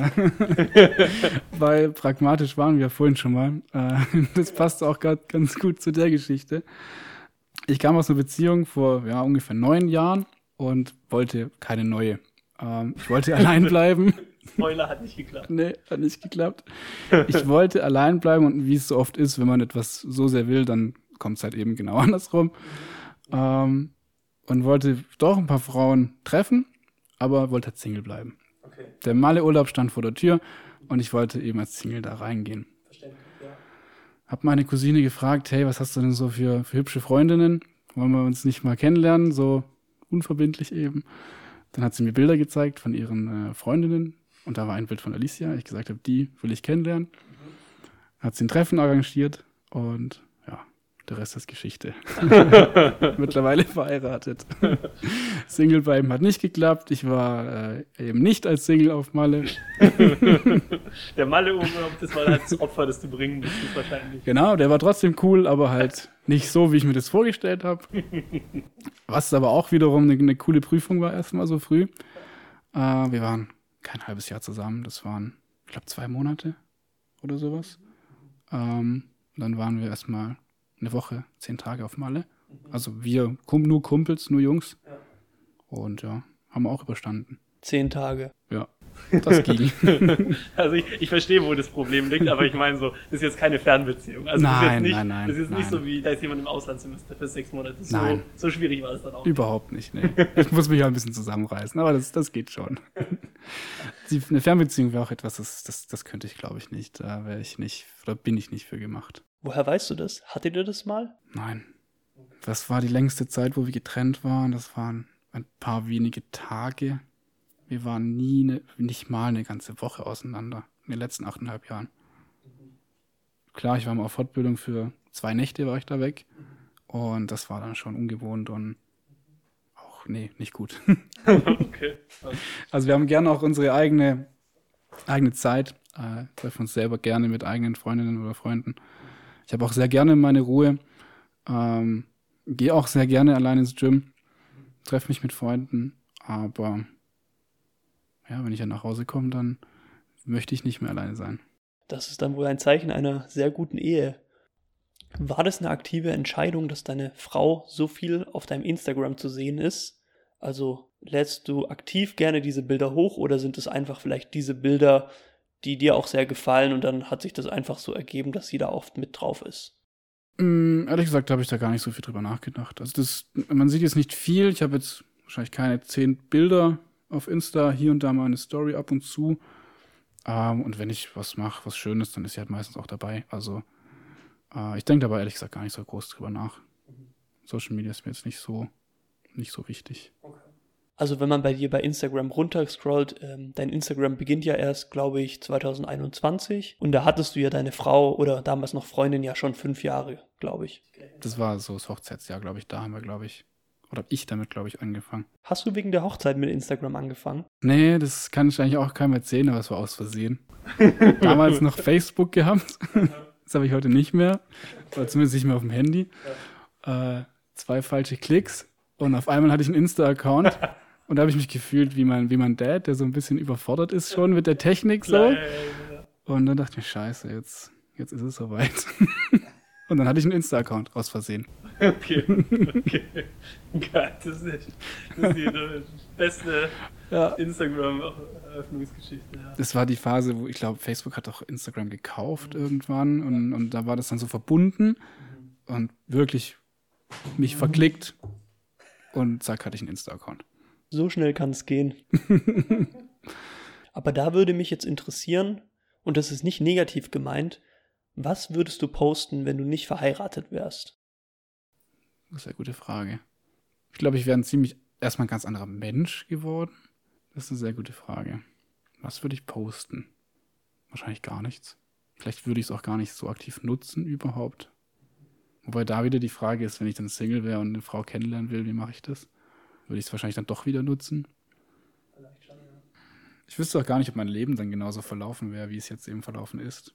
Weil pragmatisch waren wir vorhin schon mal. Das passt auch gerade ganz gut zu der Geschichte. Ich kam aus einer Beziehung vor ja, ungefähr neun Jahren und wollte keine neue. Ähm, ich wollte allein bleiben. Spoiler, hat nicht geklappt. Nee, hat nicht geklappt. Ich wollte allein bleiben und wie es so oft ist, wenn man etwas so sehr will, dann kommt es halt eben genau andersrum. Ähm, und wollte doch ein paar Frauen treffen, aber wollte halt Single bleiben. Okay. Der Malle-Urlaub stand vor der Tür und ich wollte eben als Single da reingehen. Verständlich, ja. Hab meine Cousine gefragt, hey, was hast du denn so für, für hübsche Freundinnen? Wollen wir uns nicht mal kennenlernen? So unverbindlich eben. Dann hat sie mir Bilder gezeigt von ihren äh, Freundinnen und da war ein Bild von Alicia. Ich gesagt habe, die will ich kennenlernen. Mhm. Hat sie ein Treffen arrangiert und ja, der Rest ist Geschichte. Mittlerweile verheiratet. Single bleiben hat nicht geklappt. Ich war äh, eben nicht als Single auf Malle. Der Malle-Urlaub, das war das Opfer, das du bringen musstest wahrscheinlich. Genau, der war trotzdem cool, aber halt nicht so, wie ich mir das vorgestellt habe. Was aber auch wiederum eine, eine coole Prüfung war, erstmal so früh. Äh, wir waren kein halbes Jahr zusammen. Das waren, ich glaube, zwei Monate oder sowas. Ähm, dann waren wir erstmal eine Woche, zehn Tage auf Malle. Also wir, nur Kumpels, nur Jungs. Ja. Und ja, haben wir auch überstanden. Zehn Tage. Ja, das ging. Also ich, ich verstehe, wo das Problem liegt, aber ich meine so, das ist jetzt keine Fernbeziehung. Also nein, das ist jetzt nicht, nein, nein. Das ist nein. nicht so wie, da ist jemand im Auslandssemester für sechs Monate. So, nein. So schwierig war es dann auch. Überhaupt nicht, nee. Ich muss mich ja ein bisschen zusammenreißen, aber das, das geht schon. Die, eine Fernbeziehung wäre auch etwas, das, das, das könnte ich, glaube ich, nicht. Da wäre ich nicht, oder bin ich nicht für gemacht. Woher weißt du das? Hattet ihr das mal? Nein. Das war die längste Zeit, wo wir getrennt waren. Das waren ein paar wenige Tage. Wir waren nie, ne, nicht mal eine ganze Woche auseinander in den letzten achteinhalb Jahren. Klar, ich war mal auf Fortbildung für zwei Nächte, war ich da weg. Und das war dann schon ungewohnt und auch, nee, nicht gut. Okay. Also wir haben gerne auch unsere eigene, eigene Zeit, äh, treffen uns selber gerne mit eigenen Freundinnen oder Freunden. Ich habe auch sehr gerne meine Ruhe, ähm, gehe auch sehr gerne alleine ins Gym, treffe mich mit Freunden, aber ja, wenn ich dann nach Hause komme, dann möchte ich nicht mehr alleine sein. Das ist dann wohl ein Zeichen einer sehr guten Ehe. War das eine aktive Entscheidung, dass deine Frau so viel auf deinem Instagram zu sehen ist? Also lädst du aktiv gerne diese Bilder hoch oder sind es einfach vielleicht diese Bilder, die dir auch sehr gefallen und dann hat sich das einfach so ergeben, dass sie da oft mit drauf ist? Mm, ehrlich gesagt habe ich da gar nicht so viel drüber nachgedacht. Also das, man sieht jetzt nicht viel. Ich habe jetzt wahrscheinlich keine zehn Bilder auf Insta, hier und da mal eine Story ab und zu. Ähm, und wenn ich was mache, was Schönes, dann ist sie halt meistens auch dabei. Also äh, ich denke dabei ehrlich gesagt gar nicht so groß drüber nach. Social Media ist mir jetzt nicht so, nicht so wichtig. Also wenn man bei dir bei Instagram runterscrollt, ähm, dein Instagram beginnt ja erst, glaube ich, zwanzig einundzwanzig und da hattest du ja deine Frau oder damals noch Freundin ja schon fünf Jahre, glaube ich. Das war so das Hochzeitsjahr, glaube ich. Da haben wir, glaube ich, oder hab ich damit, glaube ich, angefangen. Hast du wegen der Hochzeit mit Instagram angefangen? Nee, das kann ich eigentlich auch keinem erzählen, aber es war aus Versehen. Damals noch Facebook gehabt. Das habe ich heute nicht mehr. Oder zumindest nicht mehr auf dem Handy. Äh, zwei falsche Klicks und auf einmal hatte ich einen Insta-Account. Und da habe ich mich gefühlt wie mein, wie mein Dad, der so ein bisschen überfordert ist schon mit der Technik so. Und dann dachte ich mir, scheiße, jetzt, jetzt ist es soweit. Und dann hatte ich einen Insta-Account aus Versehen. Okay, okay. Geil, das ist nicht, das ist die beste ja. Instagram-Eröffnungsgeschichte. Ja. Das war die Phase, wo ich glaube, Facebook hat auch Instagram gekauft mhm. irgendwann und, und da war das dann so verbunden mhm. und wirklich mich mhm. verklickt und zack, hatte ich einen Insta-Account. So schnell kann es gehen. Aber da würde mich jetzt interessieren, und das ist nicht negativ gemeint, was würdest du posten, wenn du nicht verheiratet wärst? Das ist eine gute Frage. Ich glaube, ich wäre ein ziemlich, erstmal ein ganz anderer Mensch geworden. Das ist eine sehr gute Frage. Was würde ich posten? Wahrscheinlich gar nichts. Vielleicht würde ich es auch gar nicht so aktiv nutzen überhaupt. Wobei da wieder die Frage ist, wenn ich dann Single wäre und eine Frau kennenlernen will, wie mache ich das? Würde ich es wahrscheinlich dann doch wieder nutzen. Vielleicht schon, ja. Ich wüsste auch gar nicht, ob mein Leben dann genauso verlaufen wäre, wie es jetzt eben verlaufen ist.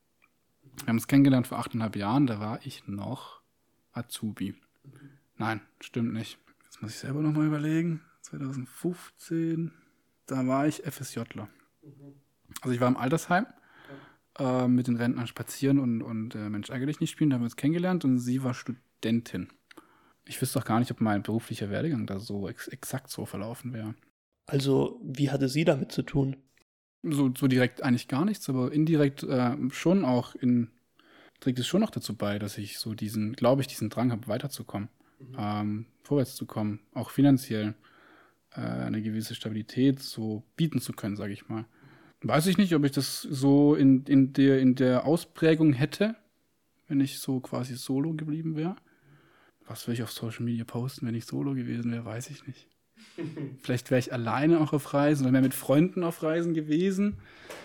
Wir haben uns kennengelernt vor achteinhalb Jahren, da war ich noch Azubi. Mhm. Nein, stimmt nicht. Jetzt muss ich selber nochmal überlegen. zwanzig fünfzehn, da war ich FSJler. Mhm. Also ich war im Altersheim ja. äh, mit den Rentnern spazieren und, und äh, Mensch, ärgere dich nicht spielen, da haben wir uns kennengelernt und sie war Studentin. Ich wüsste auch gar nicht, ob mein beruflicher Werdegang da so ex- exakt so verlaufen wäre. Also, wie hatte sie damit zu tun? So, so direkt eigentlich gar nichts, aber indirekt äh, schon auch in, trägt es schon noch dazu bei, dass ich so diesen, glaube ich, diesen Drang habe, weiterzukommen, mhm. ähm, vorwärts zu kommen, auch finanziell äh, eine gewisse Stabilität so bieten zu können, sage ich mal. Weiß ich nicht, ob ich das so in, in, der, in der Ausprägung hätte, wenn ich so quasi solo geblieben wäre. Was will ich auf Social Media posten, wenn ich solo gewesen wäre, weiß ich nicht. Vielleicht wäre ich alleine auch auf Reisen oder wäre mit Freunden auf Reisen gewesen.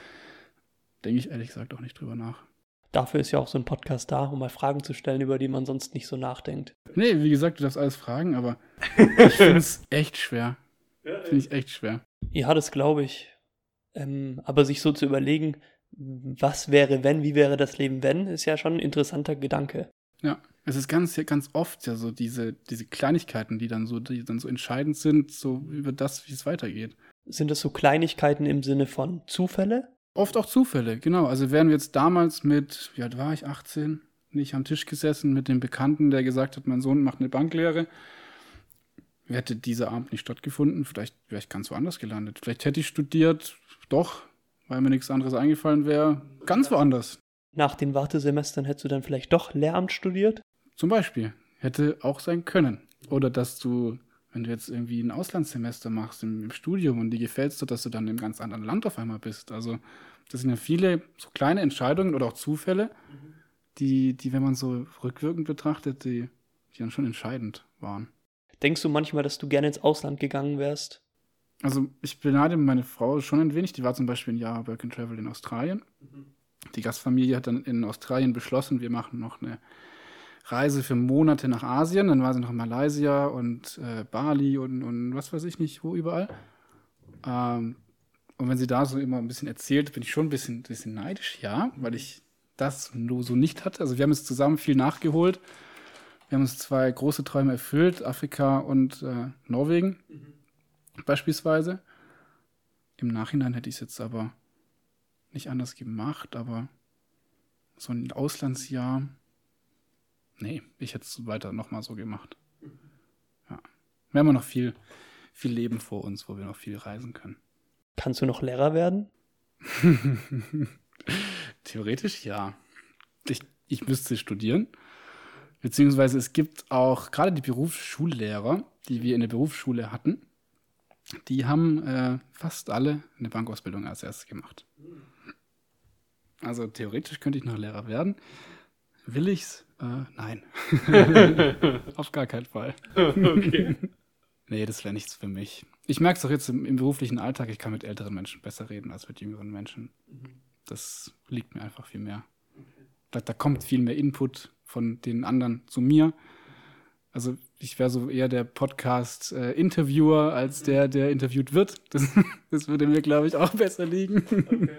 Denke ich ehrlich gesagt auch nicht drüber nach. Dafür ist ja auch so ein Podcast da, um mal Fragen zu stellen, über die man sonst nicht so nachdenkt. Nee, wie gesagt, du darfst alles fragen, aber ich finde es echt schwer. Finde ich echt schwer. Ja, das glaube ich. Ähm, aber sich so zu überlegen, was wäre wenn, wie wäre das Leben wenn, ist ja schon ein interessanter Gedanke. Ja, es ist ganz, ganz oft ja so diese, diese Kleinigkeiten, die dann so, die dann so entscheidend sind, so über das, wie es weitergeht. Sind das so Kleinigkeiten im Sinne von Zufälle? Oft auch Zufälle, genau. Also wären wir jetzt damals mit, wie alt war ich, achtzehn, nicht am Tisch gesessen mit dem Bekannten, der gesagt hat, mein Sohn macht eine Banklehre, hätte dieser Abend nicht stattgefunden, vielleicht wäre ich ganz woanders gelandet. Vielleicht hätte ich studiert, doch, weil mir nichts anderes eingefallen wäre, ganz woanders. Nach den Wartesemestern hättest du dann vielleicht doch Lehramt studiert? Zum Beispiel. Hätte auch sein können. Oder dass du, wenn du jetzt irgendwie ein Auslandssemester machst im, im Studium und dir gefällt es, dass du dann in einem ganz anderen Land auf einmal bist. Also das sind ja viele so kleine Entscheidungen oder auch Zufälle, mhm. die, die, wenn man so rückwirkend betrachtet, die die dann schon entscheidend waren. Denkst du manchmal, dass du gerne ins Ausland gegangen wärst? Also ich beneide meine Frau schon ein wenig. Die war zum Beispiel ein Jahr Work and Travel in Australien. Mhm. Die Gastfamilie hat dann in Australien beschlossen, wir machen noch eine Reise für Monate nach Asien. Dann war sie noch in Malaysia und äh, Bali und, und was weiß ich nicht, wo überall. Ähm, und wenn sie da so immer ein bisschen erzählt, bin ich schon ein bisschen, bisschen neidisch, ja, weil ich das nur so nicht hatte. Also wir haben jetzt zusammen viel nachgeholt. Wir haben uns zwei große Träume erfüllt, Afrika und äh, Norwegen mhm. beispielsweise. Im Nachhinein hätte ich es jetzt aber nicht anders gemacht, aber so ein Auslandsjahr, nee, ich hätte es weiter nochmal so gemacht. Ja. Wir haben ja noch viel, viel Leben vor uns, wo wir noch viel reisen können. Kannst du noch Lehrer werden? Theoretisch ja. Ich, ich müsste studieren. Beziehungsweise es gibt auch gerade die Berufsschullehrer, die wir in der Berufsschule hatten, die haben äh, fast alle eine Bankausbildung als erstes gemacht. Also theoretisch könnte ich noch Lehrer werden. Will ich's? Äh, nein. Auf gar keinen Fall. Okay. Nee, das wäre nichts für mich. Ich merke es auch jetzt im, im beruflichen Alltag, ich kann mit älteren Menschen besser reden als mit jüngeren Menschen. Das liegt mir einfach viel mehr. Da, da kommt viel mehr Input von den anderen zu mir. Also ich wäre so eher der Podcast-Interviewer äh, als der, der interviewt wird. Das, das würde mir, glaube ich, auch besser liegen. Okay.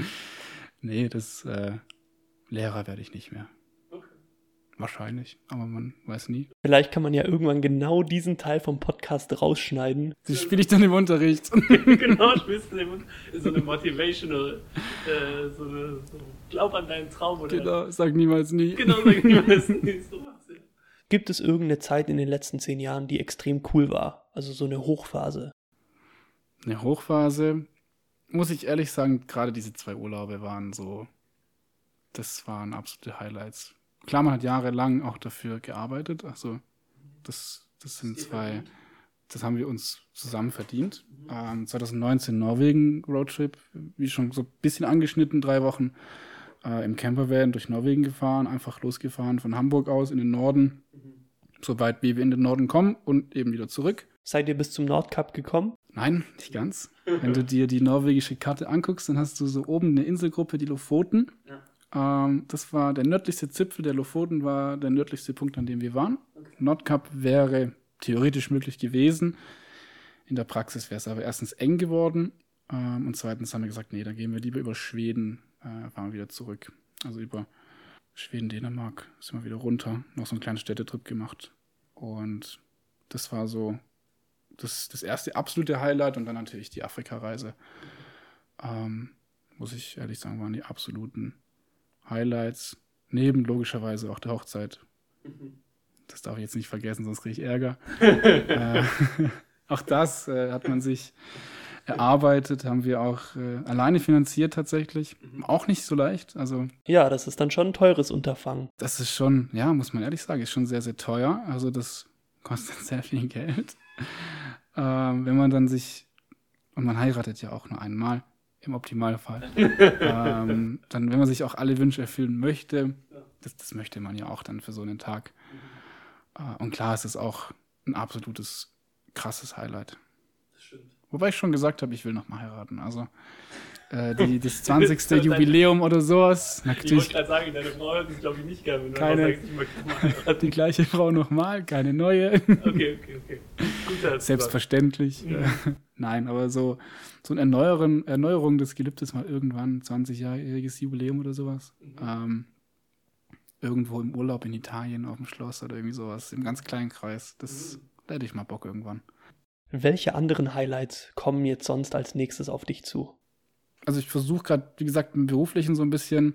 Nee, das äh, Lehrer werde ich nicht mehr. Okay. Wahrscheinlich, aber man weiß nie. Vielleicht kann man ja irgendwann genau diesen Teil vom Podcast rausschneiden. Das spiele ich dann im Unterricht. Genau, spielst du im, so eine Motivational, äh, so eine, so, glaub an deinen Traum. Oder? Genau, sag niemals nie. Genau, sag niemals nie. So was, ja. Gibt es irgendeine Zeit in den letzten zehn Jahren, die extrem cool war? Also so eine Hochphase? Eine Hochphase, muss ich ehrlich sagen, gerade diese zwei Urlaube waren so, das waren absolute Highlights. Klar, man hat jahrelang auch dafür gearbeitet, also das, das sind zwei, das haben wir uns zusammen verdient. Ähm, zwanzig neunzehn Norwegen Roadtrip, wie schon so ein bisschen angeschnitten, drei Wochen äh, im Campervan durch Norwegen gefahren, einfach losgefahren von Hamburg aus in den Norden, so weit wie wir in den Norden kommen und eben wieder zurück. Seid ihr bis zum Nordkap gekommen? Nein, nicht ganz. Wenn du dir die norwegische Karte anguckst, dann hast du so oben eine Inselgruppe, die Lofoten. Ja. Ähm, das war der nördlichste Zipfel der Lofoten, war der nördlichste Punkt, an dem wir waren. Okay. Nordkap wäre theoretisch möglich gewesen. In der Praxis wäre es aber erstens eng geworden ähm, und zweitens haben wir gesagt, nee, dann gehen wir lieber über Schweden, äh, fahren wir wieder zurück. Also über Schweden, Dänemark sind wir wieder runter, noch so einen kleinen Städtetrip gemacht. Und das war so das, das erste absolute Highlight und dann natürlich die Afrika-Reise. Ähm, muss ich ehrlich sagen, waren die absoluten Highlights. Neben logischerweise auch der Hochzeit. Das darf ich jetzt nicht vergessen, sonst kriege ich Ärger. äh, auch das äh, hat man sich erarbeitet, haben wir auch äh, alleine finanziert tatsächlich. Auch nicht so leicht. Also ja, das ist dann schon ein teures Unterfangen. Das ist schon, ja, muss man ehrlich sagen, ist schon sehr, sehr teuer. Also das kostet sehr viel Geld. Ähm, wenn man dann sich, und man heiratet ja auch nur einmal, im Optimalfall, ähm, dann, wenn man sich auch alle Wünsche erfüllen möchte, das, das möchte man ja auch dann für so einen Tag. Äh, und klar, es ist auch ein absolutes, krasses Highlight. Das stimmt. Wobei ich schon gesagt habe, ich will noch mal heiraten. Also äh, die, das zwanzigste Jubiläum oder sowas. Ich wollte gerade sagen, deine Frau hört es, glaube ich, nicht gerne, wenn du keine, sagst, ich möchte mal heiraten. Die gleiche Frau nochmal, keine neue. Okay, okay, okay. Gut, selbstverständlich. Mhm. Nein, aber so, so eine Erneuerung, Erneuerung des Gelübdes mal irgendwann, zwanzigjähriges Jubiläum oder sowas. Mhm. Ähm, irgendwo im Urlaub in Italien auf dem Schloss oder irgendwie sowas, im ganz kleinen Kreis. Das, mhm. Da hätte ich mal Bock irgendwann. Welche anderen Highlights kommen jetzt sonst als nächstes auf dich zu? Also ich versuche gerade, wie gesagt, im Beruflichen so ein bisschen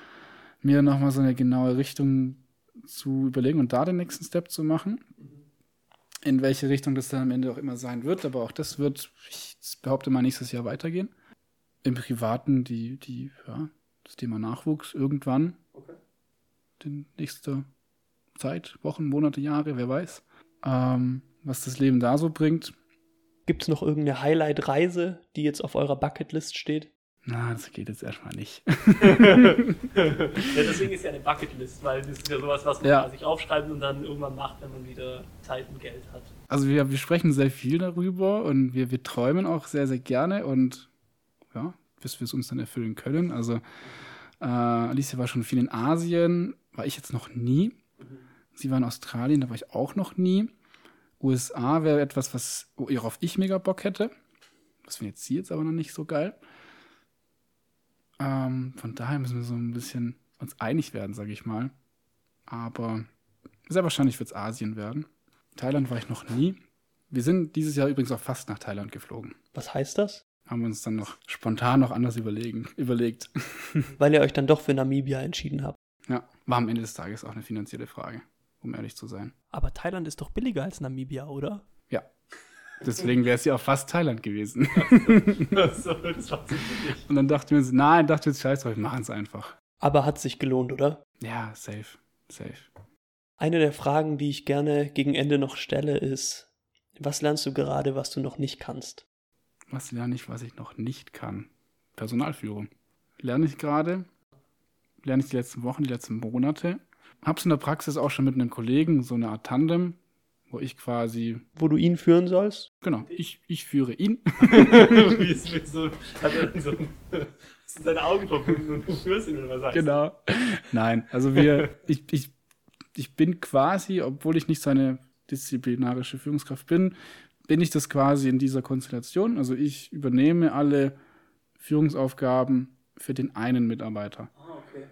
mir nochmal so eine genaue Richtung zu überlegen und da den nächsten Step zu machen. In welche Richtung das dann am Ende auch immer sein wird. Aber auch das wird, ich behaupte mal, nächstes Jahr weitergehen. Im Privaten die, die, ja, das Thema Nachwuchs irgendwann. Okay. In nächster Zeit, Wochen, Monate, Jahre, wer weiß. Ähm, was das Leben da so bringt. Gibt es noch irgendeine Highlight-Reise, die jetzt auf eurer Bucketlist steht? Na, das geht jetzt erstmal nicht. Ja, deswegen ist ja eine Bucketlist, weil das ist ja sowas, was man Ja. sich aufschreibt und dann irgendwann macht, wenn man wieder Zeit und Geld hat. Also wir, wir sprechen sehr viel darüber und wir, wir träumen auch sehr, sehr gerne und ja, bis wir es uns dann erfüllen können. Also äh, Alicia war schon viel in Asien, war ich jetzt noch nie. Sie war in Australien, da war ich auch noch nie. U S A wäre etwas, was, worauf ich mega Bock hätte. Das finde jetzt sie jetzt aber noch nicht so geil. Ähm, von daher müssen wir so ein bisschen uns einig werden, sage ich mal. Aber sehr wahrscheinlich wird es Asien werden. Thailand war ich noch nie. Wir sind dieses Jahr übrigens auch fast nach Thailand geflogen. Was heißt das? Haben wir uns dann noch spontan noch anders überlegen, überlegt. Weil ihr euch dann doch für Namibia entschieden habt. Ja, war am Ende des Tages auch eine finanzielle Frage, um ehrlich zu sein. Aber Thailand ist doch billiger als Namibia, oder? Ja, deswegen wäre es ja auch fast Thailand gewesen. Achso, das war zu billig. Und dann dachten wir uns, nein, dachten wir uns, scheiß drauf, wir machen es einfach. Aber hat sich gelohnt, oder? Ja, safe, safe. Eine der Fragen, die ich gerne gegen Ende noch stelle, ist, was lernst du gerade, was du noch nicht kannst? Was lerne ich, was ich noch nicht kann? Personalführung. Lerne ich gerade, lerne ich die letzten Wochen, die letzten Monate. Hab's in der Praxis auch schon mit einem Kollegen, so eine Art Tandem, wo ich quasi, Wo du ihn führen sollst? genau, ich, ich führe ihn. Wie ist mit so, hat er so sind seine Augen verbunden und du führst ihn, oder was heißt Genau. Nein, also wir, ich, ich, ich bin quasi, obwohl ich nicht so eine disziplinarische Führungskraft bin, bin ich das quasi in dieser Konstellation. Also ich übernehme alle Führungsaufgaben für den einen Mitarbeiter. Ah, okay.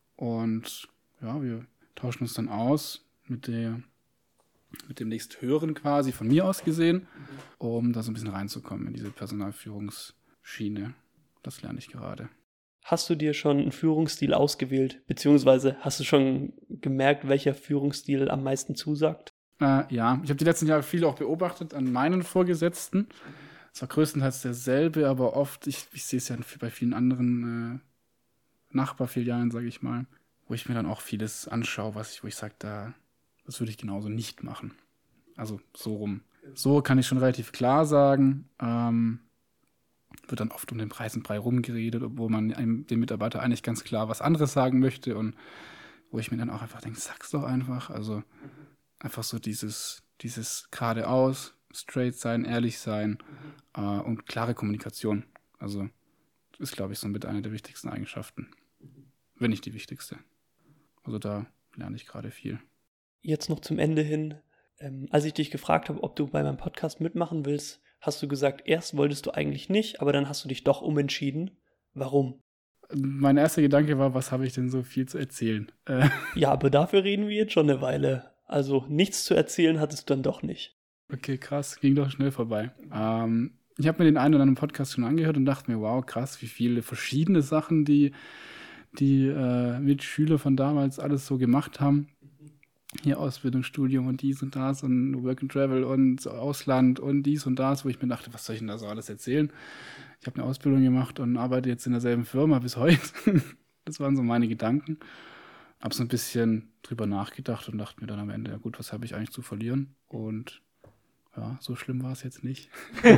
Und ja, wir tauschen uns dann aus mit der mit dem nächsthöheren quasi, von mir aus gesehen, um da so ein bisschen reinzukommen in diese Personalführungsschiene. Das lerne ich gerade. Hast du dir schon einen Führungsstil ausgewählt, beziehungsweise hast du schon gemerkt, welcher Führungsstil am meisten zusagt? Äh, ja, ich habe die letzten Jahre viel auch beobachtet an meinen Vorgesetzten. Es war größtenteils derselbe, aber oft, ich, ich sehe es ja bei vielen anderen äh, Nachbarfilialen, sage ich mal, wo ich mir dann auch vieles anschaue, was ich, wo ich sage, da, das würde ich genauso nicht machen. Also so rum. So kann ich schon relativ klar sagen. Ähm, wird dann oft um den Preis und Brei rumgeredet, obwohl man einem, dem Mitarbeiter eigentlich ganz klar was anderes sagen möchte und wo ich mir dann auch einfach denke, sag's doch einfach. Also einfach so dieses, dieses geradeaus, straight sein, ehrlich sein äh, und klare Kommunikation. Also ist, glaube ich, so mit einer der wichtigsten Eigenschaften. Wenn nicht die wichtigste. Also da lerne ich gerade viel. Jetzt noch zum Ende hin, ähm, als ich dich gefragt habe, ob du bei meinem Podcast mitmachen willst, hast du gesagt, erst wolltest du eigentlich nicht, aber dann hast du dich doch umentschieden. Warum? Mein erster Gedanke war, was habe ich denn so viel zu erzählen? Äh, Ja, aber dafür reden wir jetzt schon eine Weile. Also nichts zu erzählen hattest du dann doch nicht. okay, krass, ging doch schnell vorbei. Ähm, ich habe mir den einen oder anderen Podcast schon angehört und dachte mir, wow, krass, wie viele verschiedene Sachen die, die äh, Mitschüler von damals alles so gemacht haben. Hier Ausbildung, Studium und dies und das und Work and Travel und Ausland und dies und das, wo ich mir dachte, was soll ich denn da so alles erzählen? Ich habe eine Ausbildung gemacht und arbeite jetzt in derselben Firma bis heute. Das waren so meine Gedanken. Habe so ein bisschen drüber nachgedacht und dachte mir dann am Ende, ja gut, was habe ich eigentlich zu verlieren? Und ja, so schlimm war es jetzt nicht.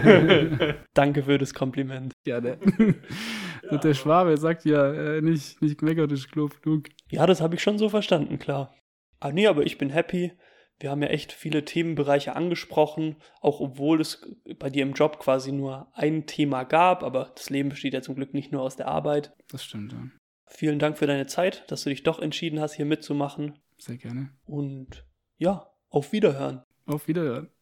Danke für das Kompliment. Ja, ne? Und der Schwabe sagt ja, äh, nicht, nicht gemeckert ist Klopf genug. Ja, das habe ich schon so verstanden, klar. Ah nee, aber ich bin happy. Wir haben ja echt viele Themenbereiche angesprochen, auch obwohl es bei dir im Job quasi nur ein Thema gab, aber das Leben besteht ja zum Glück nicht nur aus der Arbeit. Das stimmt, ja. Vielen Dank für deine Zeit, dass du dich doch entschieden hast, hier mitzumachen. Sehr gerne. Und ja, auf Wiederhören. Auf Wiederhören.